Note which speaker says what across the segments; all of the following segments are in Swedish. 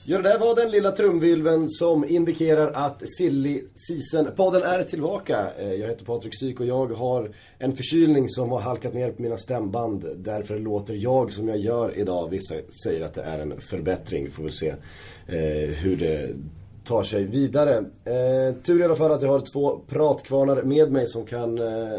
Speaker 1: Ja, det där var den lilla trumvilven som indikerar att Silly Season-podden är tillbaka. Jag heter Patrik Syk och jag har en förkylning som har halkat ner på mina stämband. Därför låter jag som jag gör idag. Vissa säger att det är en förbättring. Vi får väl se hur det tar sig vidare. Tur i alla fall att jag har 2 pratkvarnar med mig som kan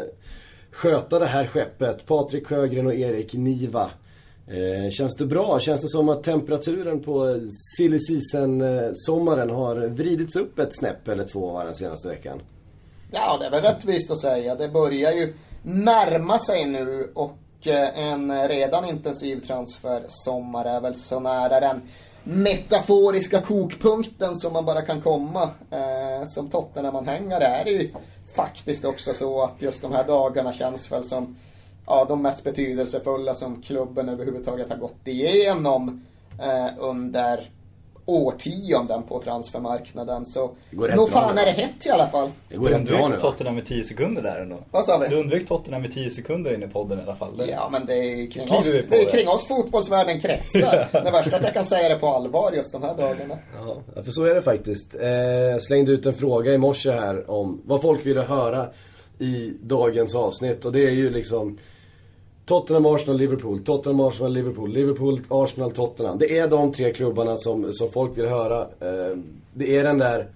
Speaker 1: sköta det här skeppet. Patrik Sjögren och Erik Niva. Känns det bra? Känns det som att temperaturen på Silly Season-sommaren har vridits upp ett snäpp eller 2 den senaste veckan?
Speaker 2: Ja, det är väl rättvist att säga. Det börjar ju närma sig nu och en redan intensiv transfersommar är väl så nära den metaforiska kokpunkten som man bara kan komma. Som Tottenham-anhängare är det ju faktiskt också så att just de här dagarna känns väl som de mest betydelsefulla som klubben överhuvudtaget har gått igenom under årtionden på transfermarknaden. Så nog fan är det hett i alla fall.
Speaker 3: Det går rätt bra nu. Tottenham med 10 sekunder där ändå.
Speaker 2: Vad sa vi?
Speaker 3: Du undvek Tottenham med 10 sekunder in i podden i alla fall.
Speaker 2: Ja, men det är kring oss fotbollsvärlden kretsar. Det värsta att jag kan säga det på allvar just de här dagarna.
Speaker 1: Ja, för så är det faktiskt. Slängde ut en fråga i morse här om vad folk ville höra i dagens avsnitt. Och det är ju liksom Tottenham, Arsenal, Liverpool. Tottenham, Arsenal, Liverpool. Liverpool, Arsenal, Tottenham. Det är de 3 klubbarna som folk vill höra. Det är den där,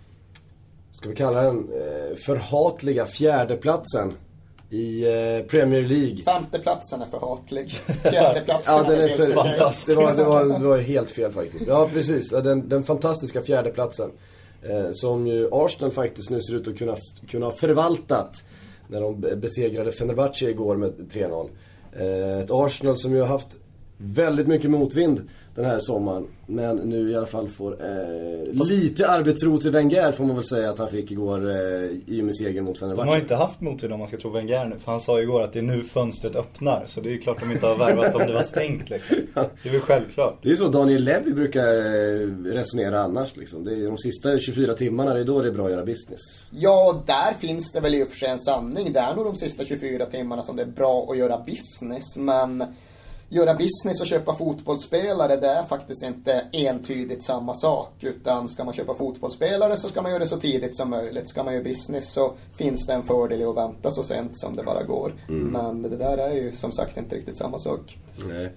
Speaker 1: ska vi kalla den, förhatliga 4:e platsen i Premier League.
Speaker 2: 5:e platsen är förhatlig. 4:e platsen
Speaker 1: ja, den är
Speaker 2: för
Speaker 1: fantastisk. Det var helt fel faktiskt. Ja, precis. Den fantastiska 4:e platsen. Som ju Arsenal faktiskt nu ser ut att kunna ha förvaltat när de besegrade Fenerbahce igår med 3-0. Ett Arsenal som ju har haft väldigt mycket motvind den här sommaren, men nu i alla fall får lite arbetsro till Wenger, får man väl säga att han fick igår i och med segern mot Fenerbahce.
Speaker 3: De har inte haft motvind om man ska tro Wenger nu, för han sa igår att det är nu fönstret öppnar, så det är ju klart de inte har värvat om det var stängt liksom. Det är väl självklart.
Speaker 1: Det är så Daniel Levy brukar resonera annars liksom. Det är de sista 24 timmarna, det är då det är bra att göra business.
Speaker 2: Ja, där finns det väl i och för sig en sanning. Det är nog de sista 24 timmarna som det är bra att göra business, men göra business och köpa fotbollsspelare, det är faktiskt inte entydigt samma sak. Utan ska man köpa fotbollsspelare så ska man göra det så tidigt som möjligt. Ska man göra business så finns det en fördel i att vänta så sent som det bara går. Men det där är ju som sagt inte riktigt samma sak.
Speaker 1: Nej.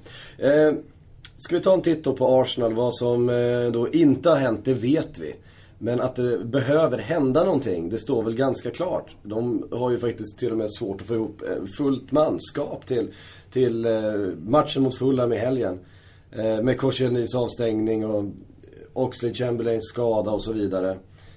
Speaker 1: Ska vi ta en titt då på Arsenal? Vad som då inte har hänt, det vet vi. Men att det behöver hända någonting, det står väl ganska klart. De har ju faktiskt till och med svårt att få ihop fullt manskap till matchen mot Fulham i helgen. Med Koscielnys avstängning och Oxlade-Chamberlains skada och så vidare.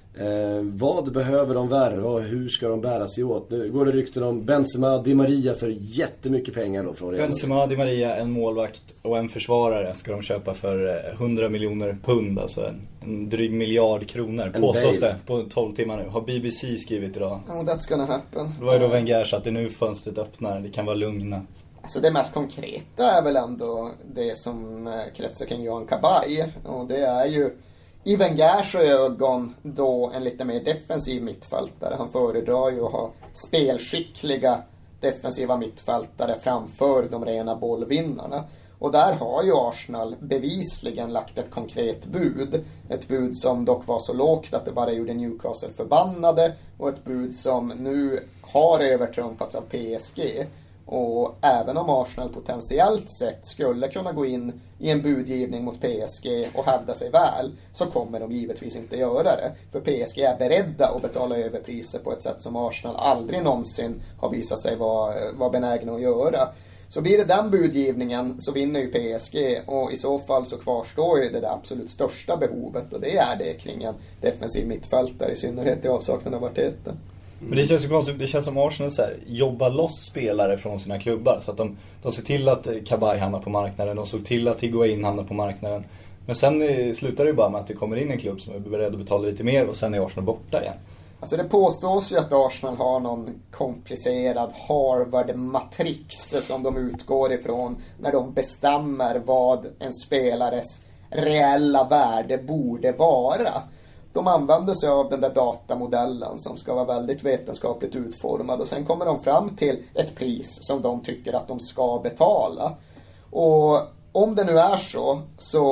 Speaker 1: Vad behöver de värva och hur ska de bära sig åt? Nu går det rykten om Benzema, Di Maria för jättemycket pengar då från Real.
Speaker 3: Benzema, Di Maria, en målvakt och en försvarare ska de köpa för 100 miljoner pund, alltså en dryg miljard kronor. Påstås det på 12 timmar nu. Har BBC skrivit idag.
Speaker 2: Oh, that's gonna happen.
Speaker 3: Det var ju då Wenger så att det nu fönstret öppnar, det kan vara lugna.
Speaker 2: Alltså det mest konkreta är väl ändå det som kretsar kring Johan Kabay. Och det är ju i Wengers ögon då en lite mer defensiv mittfältare. Han föredrar ju att ha spelskickliga defensiva mittfältare framför de rena bollvinnarna. Och där har ju Arsenal bevisligen lagt ett konkret bud. Ett bud som dock var så lågt att det bara gjorde Newcastle förbannade. Och ett bud som nu har övertrumfats av PSG. Och även om Arsenal potentiellt sett skulle kunna gå in i en budgivning mot PSG och hävda sig väl, så kommer de givetvis inte göra det. För PSG är beredda att betala överpriser på ett sätt som Arsenal aldrig någonsin har visat sig vara benägna att göra. Så blir det den budgivningen så vinner ju PSG, och i så fall så kvarstår ju det absolut största behovet, och det är det kring en defensiv mittfältare, i synnerhet i avsaknad av Arteta.
Speaker 3: Men det känns så konstigt, det känns som Arsenal så här, jobbar loss spelare från sina klubbar, så att de ser till att Kabay hamnar på marknaden, de såg till att Higuain hamnar på marknaden. Men sen slutar det ju bara med att det kommer in en klubb som är beredd att betala lite mer, och sen är Arsenal borta igen.
Speaker 2: Alltså det påstås ju att Arsenal har någon komplicerad Harvard-matrix som de utgår ifrån när de bestämmer vad en spelares reella värde borde vara. De använder sig av den där datamodellen som ska vara väldigt vetenskapligt utformad, och sen kommer de fram till ett pris som de tycker att de ska betala. Och om det nu är så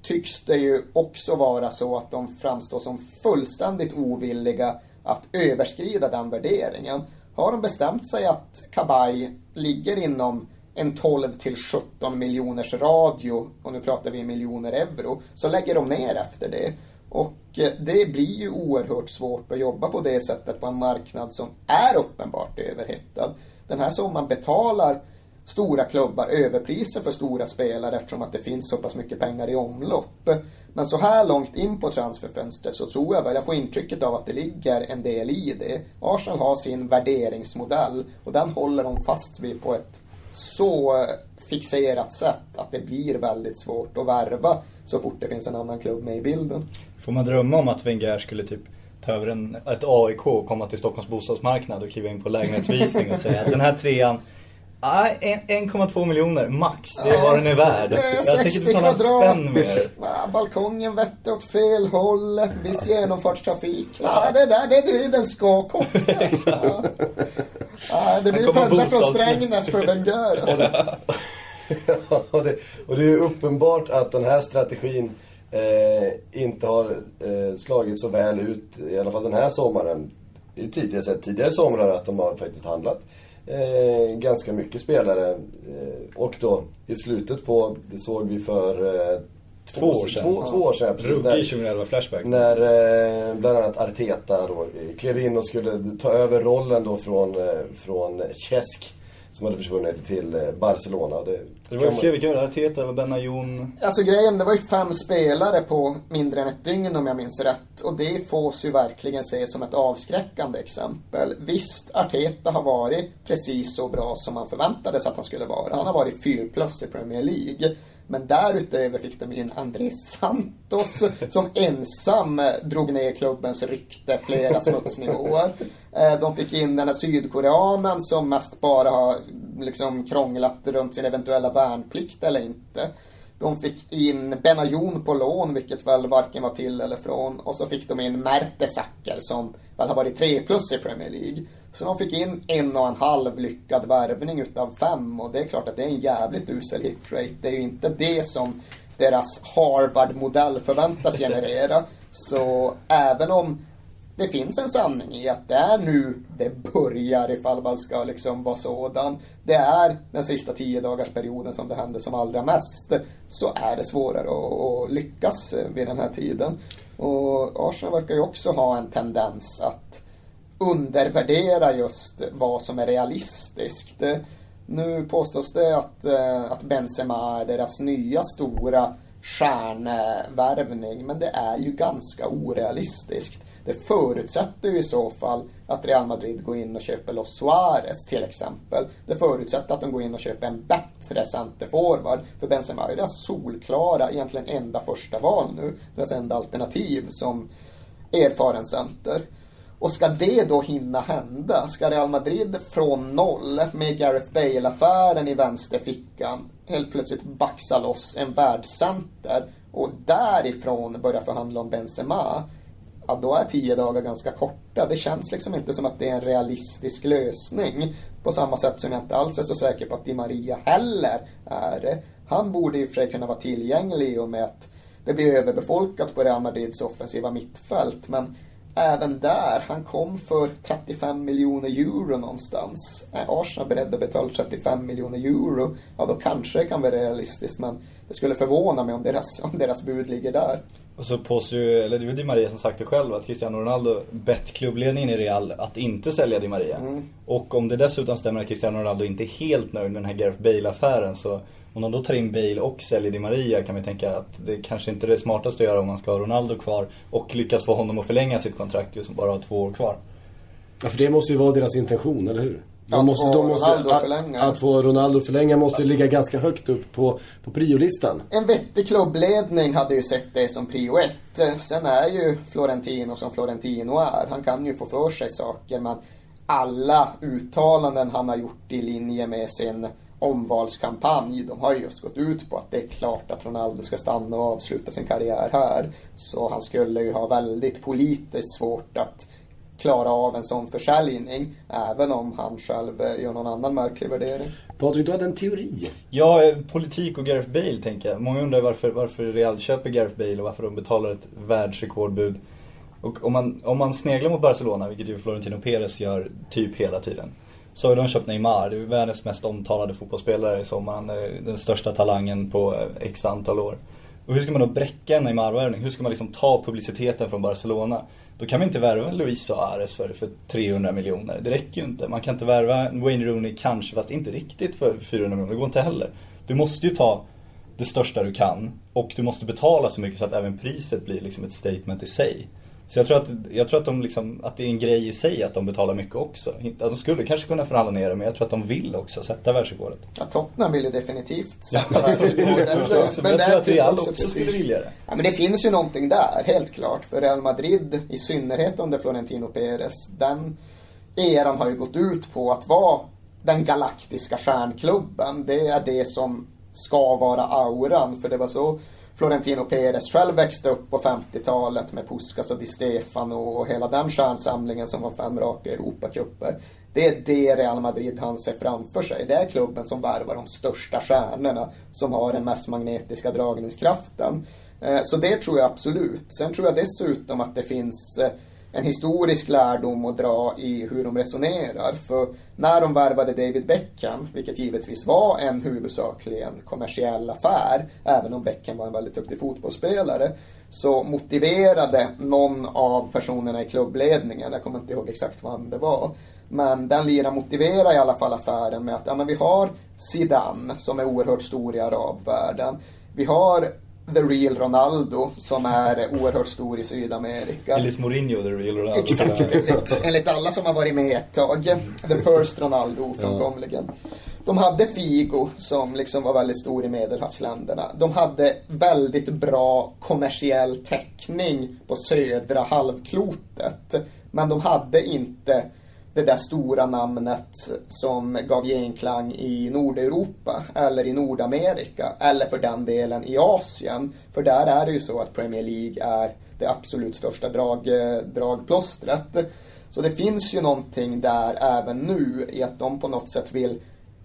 Speaker 2: tycks det ju också vara så att de framstår som fullständigt ovilliga att överskrida den värderingen. Har de bestämt sig att Cabaye ligger inom en 12-17 miljoners radio, och nu pratar vi miljoner euro, så lägger de ner efter det. Och det blir ju oerhört svårt att jobba på det sättet på en marknad som är uppenbart överhettad. Den här summan betalar stora klubbar överpriser för stora spelare eftersom att det finns så pass mycket pengar i omlopp. Men så här långt in på transferfönstret så tror jag får intrycket av att det ligger en del i det. Arsenal har sin värderingsmodell och den håller de fast vid på ett så fixerat sätt att det blir väldigt svårt att värva så fort det finns en annan klubb med i bilden.
Speaker 3: Får man drömma om att Wenger skulle typ ta över ett AIK och komma till Stockholms bostadsmarknad och kliva in på lägenhetsvisning och säga att den här trean 1,2 miljoner max, det är vad den är värd. Jag tänker inte betala spänn mer.
Speaker 2: Balkongen vette åt fel håll, viss genomfartstrafik. Det är den ska kosta. Det blir pendla från Strängnäs för Wenger. Alltså.
Speaker 1: Och det är uppenbart att den här strategin inte har slagit så väl ut, i alla fall den här sommaren. Det är tidigare somrar att de har faktiskt handlat ganska mycket spelare, och då i slutet på, det såg vi för 2 år sedan precis,
Speaker 3: när flashback,
Speaker 1: när bland annat Arteta då klev in och skulle ta över rollen då från Cesc som hade försvunnit till Barcelona.
Speaker 3: Det var ju fler, vilka var det? Arteta, det var Benayoun.
Speaker 2: Alltså grejen, det var ju 5 spelare på mindre än ett dygn om jag minns rätt. Och det fås ju verkligen ses som ett avskräckande exempel. Visst, Arteta har varit precis så bra som man förväntades att han skulle vara. Han har varit 4+ i Premier League. Men därutöver fick de in André Santos som ensam drog ner klubbens rykte flera smutsnivåer. De fick in den här sydkoreanen som mest bara har liksom krånglat runt sin eventuella värnplikt eller inte. De fick in Benayoun på lån, vilket väl varken var till eller från. Och så fick de in Mertesacker som väl har varit 3+ i Premier League. Så de fick in 1,5 lyckad värvning utav 5. Och det är klart att det är en jävligt usel hitrate. Det är ju inte det som deras Harvard-modell förväntas generera. Så även om det finns en sanning i att det är nu det börjar, ifall man ska liksom vara sådan. Det är den sista 10-dagarsperioden som det händer som allra mest. Så är det svårare att lyckas vid den här tiden. Och Arsenal verkar ju också ha en tendens att undervärdera just vad som är realistiskt. Nu påstås det att Benzema är deras nya stora stjärnvärvning, men det är ju ganska orealistiskt. Det förutsätter ju i så fall att Real Madrid går in och köper Los Suarez till exempel. Det förutsätter att de går in och köper en bättre centerforward. För Benzema är deras solklara, egentligen enda första val nu. Deras enda alternativ som erfaren center. Och ska det då hinna hända? Ska Real Madrid från 0 med Gareth Bale-affären i vänsterfickan helt plötsligt baxa loss en världscenter och därifrån börja förhandla om Benzema? Ja, då är 10 dagar ganska korta. Det känns liksom inte som att det är en realistisk lösning. På samma sätt som jag inte alls är så säker på att Di Maria heller är det. Han borde i och för sig kunna vara tillgänglig och med att det blir överbefolkat på Real Madrids offensiva mittfält. Men även där, han kom för 35 miljoner euro någonstans. Är Arsenal beredd att betala 35 miljoner euro? Ja, då kanske det kan vara realistiskt, men det skulle förvåna mig om deras bud ligger där.
Speaker 3: Och så påstår ju, eller det var Di Maria som sagt det själv, att Cristiano Ronaldo bett klubbledningen i Real att inte sälja Di Maria. Och om det dessutom stämmer att Cristiano Ronaldo inte är helt nöjd med den här Gareth Bale-affären, så om de då tar in Bale och säljer Di Maria kan vi tänka att det kanske inte är det smartaste att göra om man ska ha Ronaldo kvar och lyckas få honom att förlänga sitt kontrakt som bara har 2 år kvar.
Speaker 1: Ja, för det måste ju vara deras intention, eller hur?
Speaker 2: Att
Speaker 1: få Ronaldo förlänga måste ligga ganska högt upp på priolistan.
Speaker 2: En vettig klubbledning hade ju sett det som prio 1. Sen är ju Florentino som Florentino är. Han kan ju få för sig saker, men alla uttalanden han har gjort i linje med sin omvalskampanj, de har ju just gått ut på att det är klart att Ronaldo ska stanna och avsluta sin karriär här. Så han skulle ju ha väldigt politiskt svårt att klara av en sån försäljning, även om han själv gör någon annan märklig värdering.
Speaker 1: Patrik, du hade en teori.
Speaker 3: Ja, politik och Gareth Bale tänker jag. Många undrar varför Real köper Gareth Bale och varför de betalar ett världsrekordbud. Och om man sneglar mot Barcelona, vilket ju Florentino Pérez gör typ hela tiden, så har de köpt Neymar. Det är världens mest omtalade fotbollsspelare i sommar. Den största talangen på x antal år. Och hur ska man då bräcka en Neymar-värvning? Hur ska man liksom ta publiciteten från Barcelona? Då kan man inte värva en Luis Suarez för 300 miljoner. Det räcker ju inte. Man kan inte värva Wayne Rooney kanske, fast inte riktigt för 400 miljoner. Det går inte heller. Du måste ju ta det största du kan. Och du måste betala så mycket så att även priset blir liksom ett statement i sig. Så jag tror att de liksom, att det är en grej i sig att de betalar mycket också. Att de skulle kanske kunna förhandla ner det, men jag tror att de vill också sätta världsrekordet.
Speaker 2: Ja, Tottenham vill ju definitivt sätta världsrekordet.
Speaker 3: Men jag tror att Real också skulle vilja det.
Speaker 2: Ja, men det finns ju någonting där, helt klart. För Real Madrid, i synnerhet under Florentino Pérez, den eran har ju gått ut på att vara den galaktiska stjärnklubben. Det är det som ska vara auran, för det var så Florentino Pérez själv växte upp på 50-talet med Puskas och Di Stefano och hela den stjärnsamlingen som var 5 raka Europacuper. Det är det Real Madrid han ser framför sig. Det är klubben som värvar de största stjärnorna, som har den mest magnetiska dragningskraften. Så det tror jag absolut. Sen tror jag dessutom att det finns en historisk lärdom att dra i hur de resonerar. För när de värvade David Beckham, vilket givetvis var en huvudsakligen kommersiell affär, även om Beckham var en väldigt duktig fotbollsspelare, så motiverade någon av personerna i klubbledningen, jag kommer inte ihåg exakt vad det var, men den liran motiverar i alla fall affären med att men vi har Zidane som är oerhört stor i arabvärlden. Vi har The Real Ronaldo som är oerhört stor i Sydamerika.
Speaker 3: Enligt Mourinho, The Real Ronaldo.
Speaker 2: Exakt, enligt alla som har varit med ett tag. The First Ronaldo, ofrånkomligen. De hade Figo som liksom var väldigt stor i Medelhavsländerna. De hade väldigt bra kommersiell täckning på södra halvklotet. Men de hade inte det där stora namnet som gav genklang i Nordeuropa eller i Nordamerika eller för den delen i Asien. För där är det ju så att Premier League är det absolut största dragplåstret. Så det finns ju någonting där även nu i att de på något sätt vill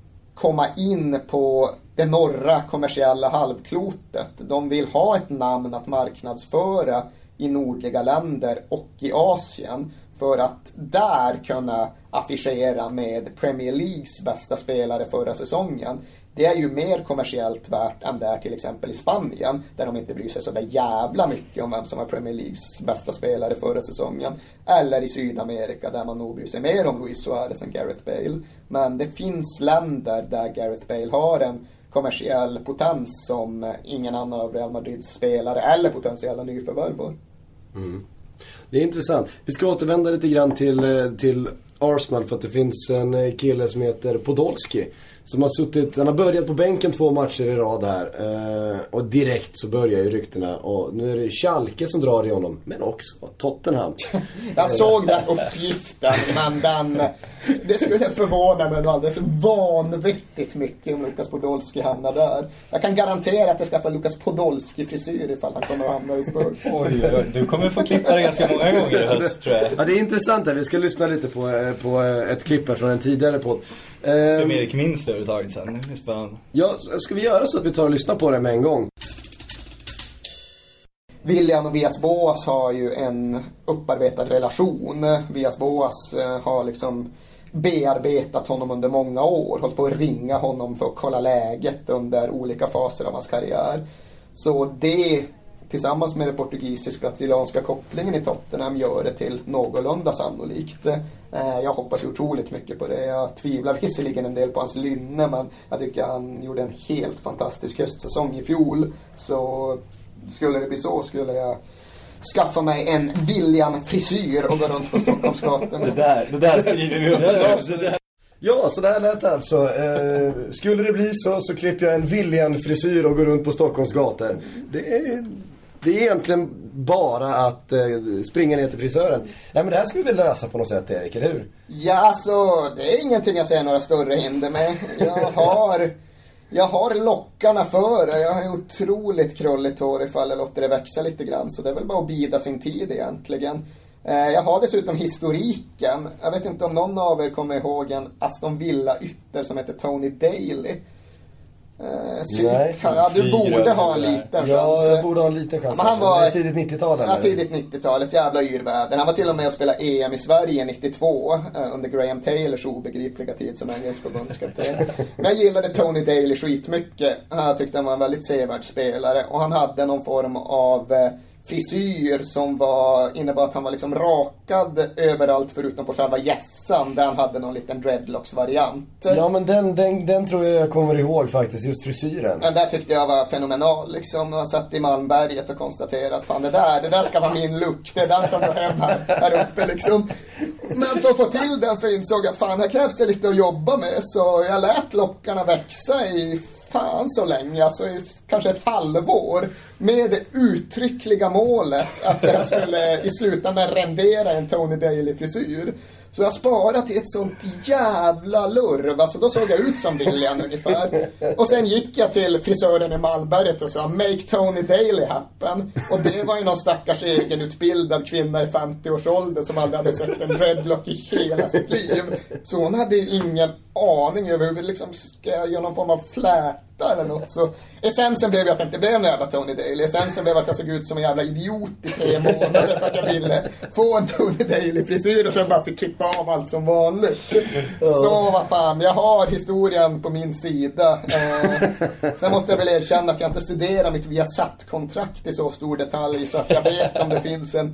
Speaker 2: komma in på det norra kommersiella halvklotet. De vill ha ett namn att marknadsföra i nordliga länder och i Asien för att där kunna affischera med Premier Leagues bästa spelare förra säsongen. Det är ju mer kommersiellt värt än där till exempel i Spanien, där de inte bryr sig så där jävla mycket om vem som var Premier Leagues bästa spelare förra säsongen. Eller i Sydamerika där man nog bryr sig mer om Luis Suarez än Gareth Bale. Men det finns länder där Gareth Bale har en kommersiell potens som ingen annan av Real Madrids spelare eller potentiella nyförvärvar.
Speaker 1: Mm. Det är intressant. Vi ska återvända lite grann till Arsenal för att det finns en kille som heter Podolski som han har börjat på bänken 2 matcher i rad här och direkt så börjar ju ryktena och nu är det Schalke som drar i honom, men också Tottenham.
Speaker 2: Jag såg den uppgiften, men det skulle förvåna mig alldeles vanvettigt mycket om Lukas Podolski hamnar där. Jag kan garantera att jag ska få Lukas Podolski-frisyr ifall han kommer att hamna i Spurs.
Speaker 3: Oj, du kommer få klippa det ganska många gånger i höst, tror jag.
Speaker 1: Ja, det är intressant här. Vi ska lyssna lite på ett klipp från en tidigare podd.
Speaker 3: Som Erik minns överhuvudtaget sen. Det är spännande.
Speaker 1: Ja, ska vi göra så att vi tar och lyssnar på det med en gång?
Speaker 2: William och Villas-Boas har ju en upparbetad relation. Villas-Boas har liksom bearbetat honom under många år. Hållit på att ringa honom för att kolla läget under olika faser av hans karriär. Så det, tillsammans med den portugisisk-brasilianska kopplingen i Tottenham, gör det till någorlunda sannolikt. Jag hoppas otroligt mycket på det. Jag tvivlar visserligen en del på hans lynne, men jag tycker han gjorde en helt fantastisk höstsäsong i fjol. Så skulle det bli så skulle jag skaffa mig en William-frisyr och gå runt på Stockholmsgatorna.
Speaker 3: Det där skriver vi upp.
Speaker 1: Ja, så där lät alltså. Skulle det bli så klipper jag en William-frisyr och går runt på Stockholms gator. Det är egentligen bara att springa ner till frisören. Nej, men det här ska vi väl lösa på något sätt, Erik, eller hur?
Speaker 2: Ja, alltså, det är ingenting jag ser några större hinder med. Jag har lockarna för det. Jag har otroligt krulligt hår ifall jag låter det växa lite grann. Så det är väl bara att bida sin tid egentligen. Jag har dessutom historiken. Jag vet inte om någon av er kommer ihåg en Aston Villa-ytter som heter Tony Daly. Du borde ha en liten chans.
Speaker 1: Ja, jag borde ha en liten chans.
Speaker 2: Men han var
Speaker 1: tidigt 90-tal.
Speaker 2: Ja, tidigt 90-tal. Ett jävla yrväder. Han var till och med att spela EM i Sverige 92 under Graham Taylors obegripliga tid som engelsk förbundskapten. Men jag gillade Tony Daly skitmycket. Jag tyckte han var en väldigt sevärd spelare. Och han hade någon form av frisyr som innebar att han var liksom rakad överallt förutom på själva gässan där han hade någon liten dreadlocks-variant.
Speaker 1: Ja, men den tror jag kommer ihåg faktiskt, just frisyren.
Speaker 2: Den där tyckte jag var fenomenal liksom. Jag satt i Malmberget och konstaterade att fan det där ska vara min look. Det är den som går hem här uppe liksom. Men för att få till den så insåg jag att fan, här krävs det lite att jobba med. Så jag lät lockarna växa i fan så länge, alltså i kanske ett halvår, med det uttryckliga målet att det här skulle i slutändan rendera en Tony Daly-frisyr. Så jag sparade till ett sånt jävla lurv. Alltså då såg jag ut som William ungefär. Och sen gick jag till frisören i Malmberget och sa make Tony Daly happen. Och det var ju någon stackars egenutbildad kvinna i 50-årsålder som aldrig hade sett en dreadlock i hela sitt liv. Så hon hade ju ingen aning över hur liksom, ska jag göra någon form av fläta eller något. Så essensen blev ju att det inte blev en jävla Tony Daly. Essensen blev att jag såg ut som en jävla idiot i 3 månader för att jag ville få en Tony Daly-frisyr och sen bara fick klippa av allt som vanligt. Så vad fan, jag har historien på min sida. Sen måste jag väl erkänna att jag inte studerar mitt Viasat-kontrakt i så stor detalj så att jag vet om det finns en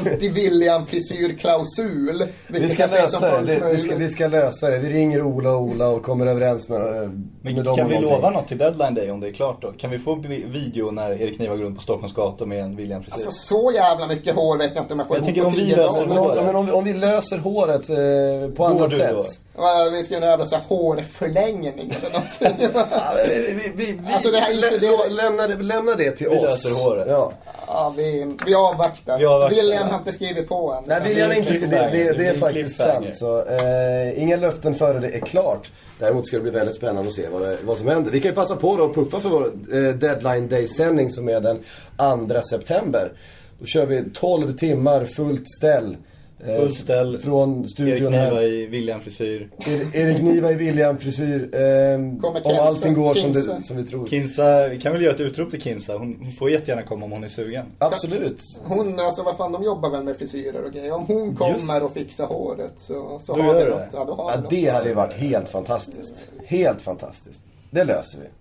Speaker 2: anti-William-frisyrklausul.
Speaker 1: Vi ska lösa det. Vi ska lösa det. Vi ringer Ola och kommer överens med dem.
Speaker 3: Kan vi lova något till Deadline Day om det är klart då? Kan vi få video när Erik Niva går runt på Stockholms gata med en William-frisyr?
Speaker 2: Alltså så jävla mycket hår vet jag inte om jag får
Speaker 3: jag
Speaker 2: ihop på 10 dagar.
Speaker 1: Men om vi löser håret på annat sätt.
Speaker 2: Vi ska ju öva så här hårförlängning eller någonting.
Speaker 1: Alltså det här lämna det till oss.
Speaker 3: Vi löser håret.
Speaker 2: Ja, vi avvaktar. William har inte skrivit på än.
Speaker 1: Nej, William inte skrivit. Det är faktiskt sant. Så, inga löften före det är klart. Däremot ska det bli väldigt spännande att se vad som händer. Vi kan ju passa på då att puffa för vår Deadline Day-sändning som är den 2 september. Då kör vi 12 timmar fullt ställ.
Speaker 3: Fullt ställ
Speaker 1: från studion
Speaker 3: Erik Niva i William-frisyr.
Speaker 1: Erik Niva i William-frisyr. Om allting går som vi tror.
Speaker 3: Kinsa, vi kan väl göra ett utrop till Kinsa. Hon får jättegärna komma om hon är sugen.
Speaker 1: Absolut.
Speaker 2: Hon, alltså vad fan, de jobbar väl med frisyrer och grejer. Om hon kommer och fixar håret så
Speaker 3: då
Speaker 2: har vi
Speaker 3: det.
Speaker 2: något. Ja, då har vi något.
Speaker 1: Det hade varit helt fantastiskt. Helt fantastiskt. Det löser vi.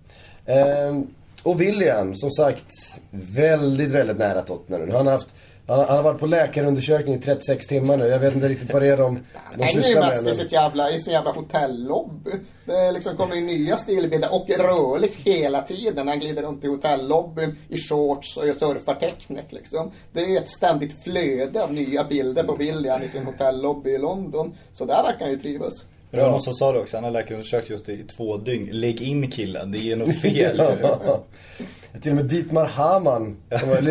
Speaker 1: Och William, som sagt, väldigt, väldigt nära Tottenham nu. Han har varit på läkarundersökning i 36 timmar nu. Jag vet inte riktigt vad det är de
Speaker 2: sysslar med. Han är ju mest i sin jävla hotellobby. Det liksom kommer ju nya stilbilder och rörligt hela tiden. Han glider runt i hotellobbyn i shorts och surfar tecknet liksom. Det är ett ständigt flöde av nya bilder på William i sin hotellobby i London. Så där verkar han ju trivas.
Speaker 3: Det var någon som sa det också. Han har läkarundersökt just i 2 dygn. Lägg in killen, det är nog fel.
Speaker 1: Till och med Dietmar Hamann som var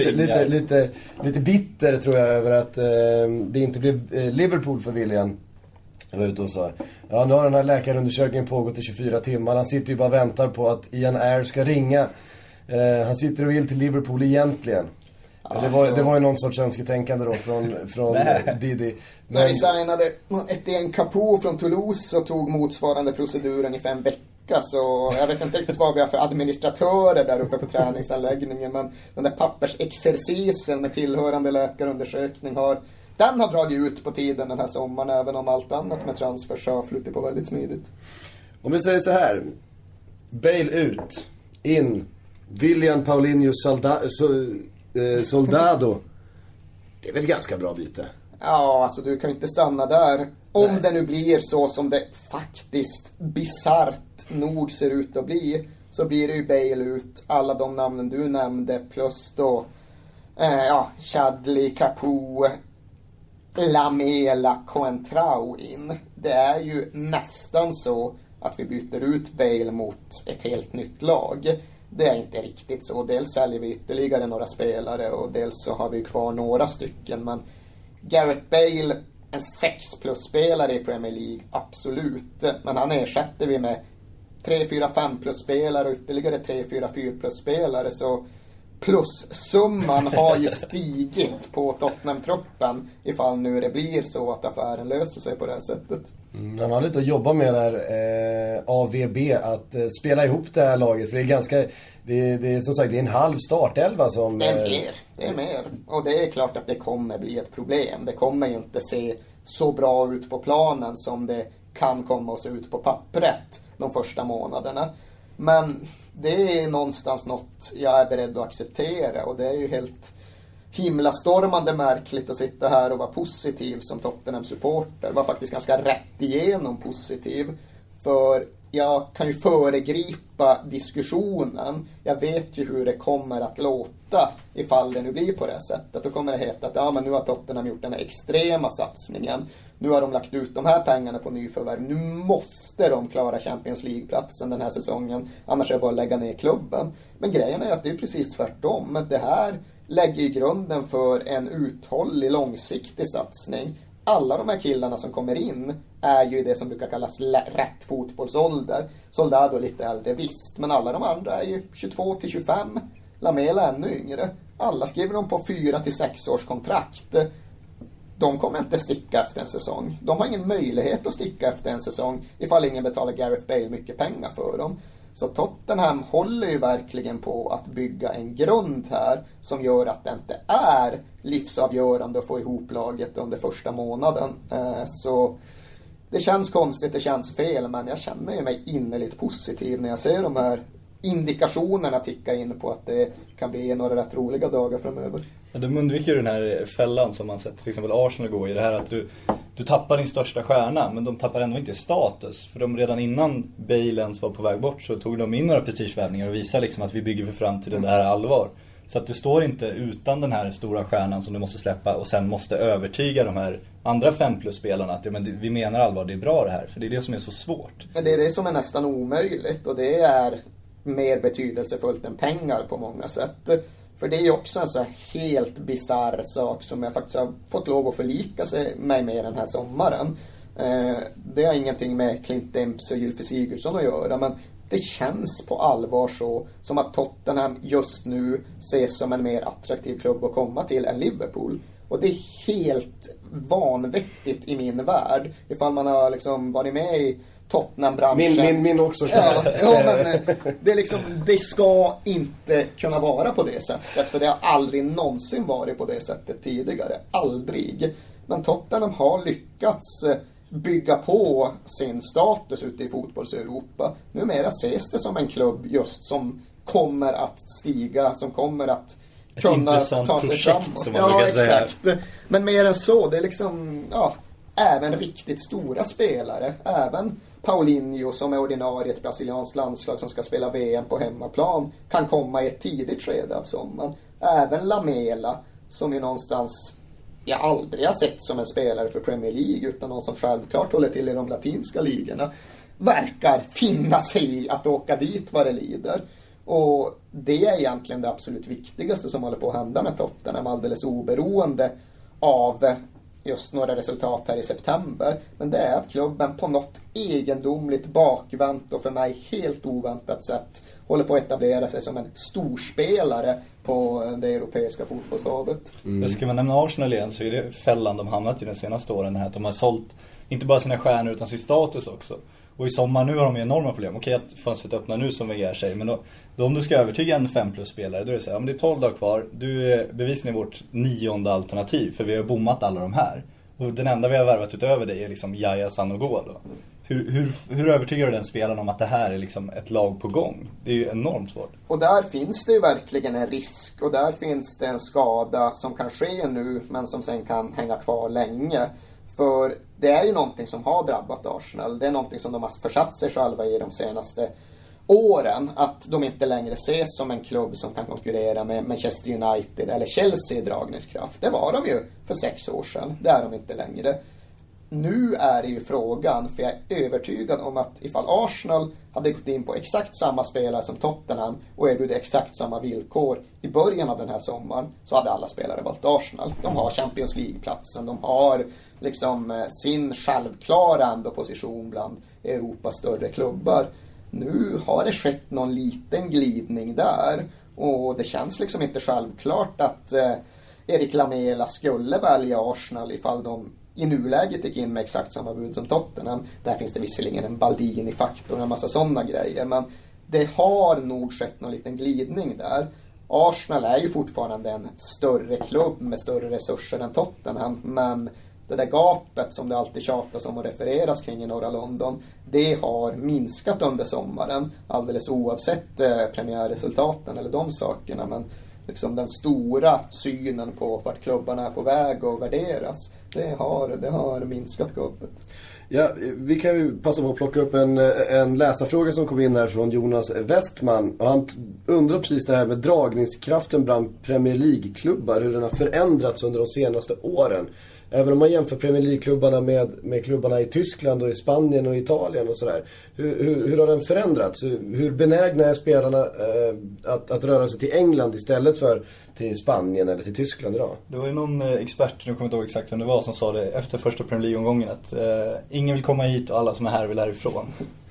Speaker 1: lite bitter tror jag över att det inte blev Liverpool för William. Jag var ute och sa, ja, nu har den här läkarundersökningen pågått i 24 timmar. Han sitter ju bara och väntar på att Ian Ayre ska ringa. Han sitter och vill till Liverpool egentligen. Det var ju någon sorts önsketänkande då från Didi.
Speaker 2: När vi signade Etienne Capoue från Toulouse så tog motsvarande proceduren i 5 veckor. Så jag vet inte riktigt vad vi har för administratörer där uppe på träningsanläggningen. Men den där pappersexercisen med tillhörande läkarundersökning har dragit ut på tiden den här sommaren. Även om allt annat med transfers har flutit på väldigt smidigt.
Speaker 1: Om vi säger så här: Bale ut, in, William Paulinho Soldado. Det är väl ett ganska bra byte.
Speaker 2: Ja, alltså du kan inte stanna där. Om det nu blir så som det faktiskt bizarrt nog ser ut att bli, så blir det ju Bale ut, alla de namnen du nämnde, plus då Chadli, Capoue, Lamela, Coentrao in. Det är ju nästan så att vi byter ut Bale mot ett helt nytt lag. Det är inte riktigt så. Dels säljer vi ytterligare några spelare och dels så har vi kvar några stycken. Men Gareth Bale, en 6+-spelare i Premier League, absolut. Men han ersätter vi med 3-4-5+-spelare och ytterligare 3-4-4+-spelare. Så plussumman har ju stigit på Tottenham-truppen ifall nu det blir så att affären löser sig på det här sättet.
Speaker 1: Han har lite att jobba med där, AVB, att spela ihop det här laget. För det är ganska, det är som sagt, det är en halv startelva som...
Speaker 2: Det är mer. Och det är klart att det kommer bli ett problem. Det kommer ju inte se så bra ut på planen som det kan komma att se ut på pappret de första månaderna. Men det är någonstans något jag är beredd att acceptera, och det är ju helt himlastormande märkligt att sitta här och vara positiv som Tottenham-supporter. Var faktiskt ganska rätt igenom positiv, för jag kan ju föregripa diskussionen. Jag vet ju hur det kommer att låta ifall det nu blir på det sättet. Då kommer det heta att men nu har Tottenham gjort den här extrema satsningen. Nu har de lagt ut de här pengarna på nyförvärv. Nu måste de klara Champions League-platsen den här säsongen. Annars är det bara att lägga ner klubben. Men grejen är att det är precis tvärtom. Det här lägger grunden för en uthållig, långsiktig satsning. Alla de här killarna som kommer in är ju det som brukar kallas rätt fotbollsålder. Soldado är lite äldre, visst. Men alla de andra är ju 22-25. Lamela är ännu yngre. Alla skriver de på 4-6 års kontrakt. De kommer inte sticka efter en säsong. De har ingen möjlighet att sticka efter en säsong ifall ingen betalar Gareth Bale mycket pengar för dem. Så Tottenham håller ju verkligen på att bygga en grund här som gör att det inte är livsavgörande att få ihop laget under första månaden. Så det känns konstigt, det känns fel, men jag känner ju mig innerligt positiv när jag ser de här indikationerna ticka in på att det kan bli några rätt roliga dagar framöver.
Speaker 3: Ja, de undviker ju den här fällan som man sett till exempel Arsenal gå i, det här att du tappar din största stjärna, men de tappar ändå inte status. För de redan innan Bale ens var på väg bort så tog de in några prestigevärvningar och visade liksom att vi bygger för framtiden, det här är allvar. Så att du står inte utan den här stora stjärnan som du måste släppa och sen måste övertyga de här andra 5+-spelarna att vi menar allvar, det är bra det här. För det är det som är så svårt.
Speaker 2: Men det är det som är nästan omöjligt, och det är mer betydelsefullt än pengar på många sätt. För det är ju också en så här helt bizarr sak som jag faktiskt har fått lov att förlika mig med den här sommaren. Det har ingenting med Clint Dempsey och Gylfi Sigurdsson att göra, men det känns på allvar så som att Tottenham just nu ses som en mer attraktiv klubb att komma till än Liverpool. Och det är helt vanvettigt i min värld. Ifall man har liksom varit med i Tottenham-branschen.
Speaker 1: Min också.
Speaker 2: Ja, men det är liksom, det ska inte kunna vara på det sättet. För det har aldrig någonsin varit på det sättet tidigare. Aldrig. Men Tottenham har lyckats bygga på sin status ute i fotbolls-Europa. Numera ses det som en klubb just som kommer att stiga, som kommer att kunna ta sig framåt.
Speaker 3: Som man brukar säga.
Speaker 2: Exakt. Men mer än så, det är liksom, även riktigt stora spelare, även Paulinho som är ordinarie i ett brasilianskt landslag som ska spela VM på hemmaplan kan komma i ett tidigt skede av sommaren. Även Lamela som ju någonstans jag aldrig har sett som en spelare för Premier League utan någon som självklart håller till i de latinska ligorna verkar finna sig i att åka dit vad det lider. Och det är egentligen det absolut viktigaste som håller på att hända med Tottenham, alldeles oberoende av just några resultat här i september. Men det är att klubben på något egendomligt bakvänt och för mig helt oväntat sätt håller på att etablera sig som en storspelare på det europeiska fotbollshavet.
Speaker 3: Det ska man nämna Arsenal igen, så är det fällan de hamnat i de senaste åren här, att de har sålt inte bara sina stjärnor utan sin status också. Och i sommar nu har de enorma problem. Okej att fönstret öppnar nu som Wenger säger, men då om du ska övertyga en 5+-spelare, då är det så här, om det är 12 dagar kvar, du är bevisligen vårt 9:e alternativ, för vi har bommat alla de här. Och den enda vi har värvat utöver dig är liksom Yaya Sanogo. Hur övertygar du den spelaren om att det här är liksom ett lag på gång? Det är ju enormt svårt.
Speaker 2: Och där finns det ju verkligen en risk, och där finns det en skada som kan ske nu men som sen kan hänga kvar länge. För det är ju någonting som har drabbat Arsenal. Det är någonting som de har försatt sig själva i de senaste åren. Att de inte längre ses som en klubb som kan konkurrera med Manchester United eller Chelsea i dragningskraft. Det var de ju för 6 år sedan. Det är de inte längre. Nu är det ju frågan, för jag är övertygad om att ifall Arsenal hade gått in på exakt samma spelare som Tottenham och erbjudit exakt samma villkor i början av den här sommaren, så hade alla spelare valt Arsenal. De har Champions League-platsen, de har liksom sin självklara ändå position bland Europas större klubbar. nu har det skett någon liten glidning där. Och det känns liksom inte självklart att Erik Lamela skulle välja Arsenal ifall de i nuläget gick in med exakt samma bud som Tottenham. Där finns det visserligen en Baldini-faktor och en massa sådana grejer. Men det har nog skett någon liten glidning där. Arsenal är ju fortfarande en större klubb med större resurser än Tottenham. Men det där gapet som det alltid tjatas om och refereras kring i norra London, det har minskat under sommaren. Alldeles oavsett premiärresultaten eller de sakerna. Men liksom den stora synen på vart klubbarna är på väg och värderas, det har minskat gapet.
Speaker 1: Ja, vi kan ju passa på att plocka upp en läsarfråga som kom in här från Jonas Westman. Och han undrar precis det här med dragningskraften bland Premier League-klubbar, hur den har förändrats under de senaste åren. Även om man jämför Premier League-klubbarna med klubbarna i Tyskland och i Spanien och Italien och sådär. Hur har den förändrats? Hur benägna är spelarna att röra sig till England istället för till Spanien eller till Tyskland idag?
Speaker 3: Det var ju någon expert, nu kommer jag inte ihåg exakt vem det var, som sa det efter första Premier League-omgången att ingen vill komma hit och alla som är här vill härifrån.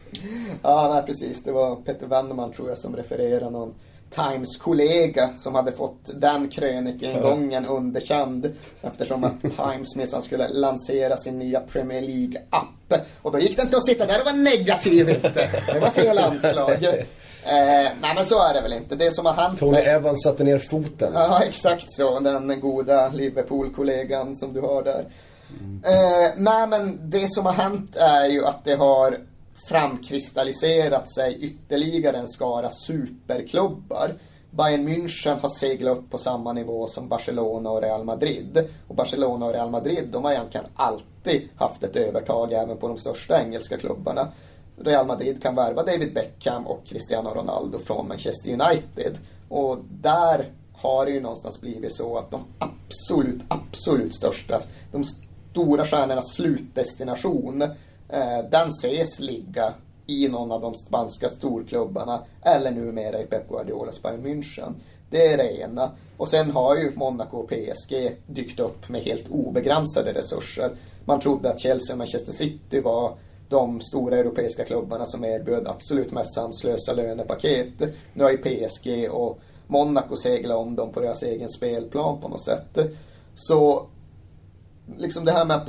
Speaker 2: Ja, nej, precis. Det var Peter Wennerman, tror jag, som refererade någon Times-kollega som hade fått den krönikingången underkänd eftersom att Times minsann skulle lansera sin nya Premier League-app. Och då gick det inte att sitta där och vara negativ inte. Det var fel anslag. Nej, men så är det väl inte. Det som har hänt...
Speaker 1: Tony Evans satte ner foten.
Speaker 2: Ja, exakt så. Den goda Liverpool-kollegan som du har där. Nej, men det som har hänt är ju att det har framkristalliserat sig ytterligare en skara superklubbar. Bayern München har seglat upp på samma nivå som Barcelona och Real Madrid. Och Barcelona och Real Madrid, de har egentligen alltid haft ett övertag även på de största engelska klubbarna. Real Madrid kan värva David Beckham och Cristiano Ronaldo från Manchester United. Och där har det ju någonstans blivit så att de absolut största, de stora stjärnornas slutdestination, den ses ligga i någon av de spanska storklubbarna eller numera i Pep Guardiolas Bayern München. Det är det ena. Och sen har ju Monaco och PSG dykt upp med helt obegränsade resurser. Man trodde att Chelsea och Manchester City var de stora europeiska klubbarna som erbjöd absolut mest sanslösa lönepaket. Nu har ju PSG och Monaco seglat om dem på deras egen spelplan på något sätt. Så liksom det här med att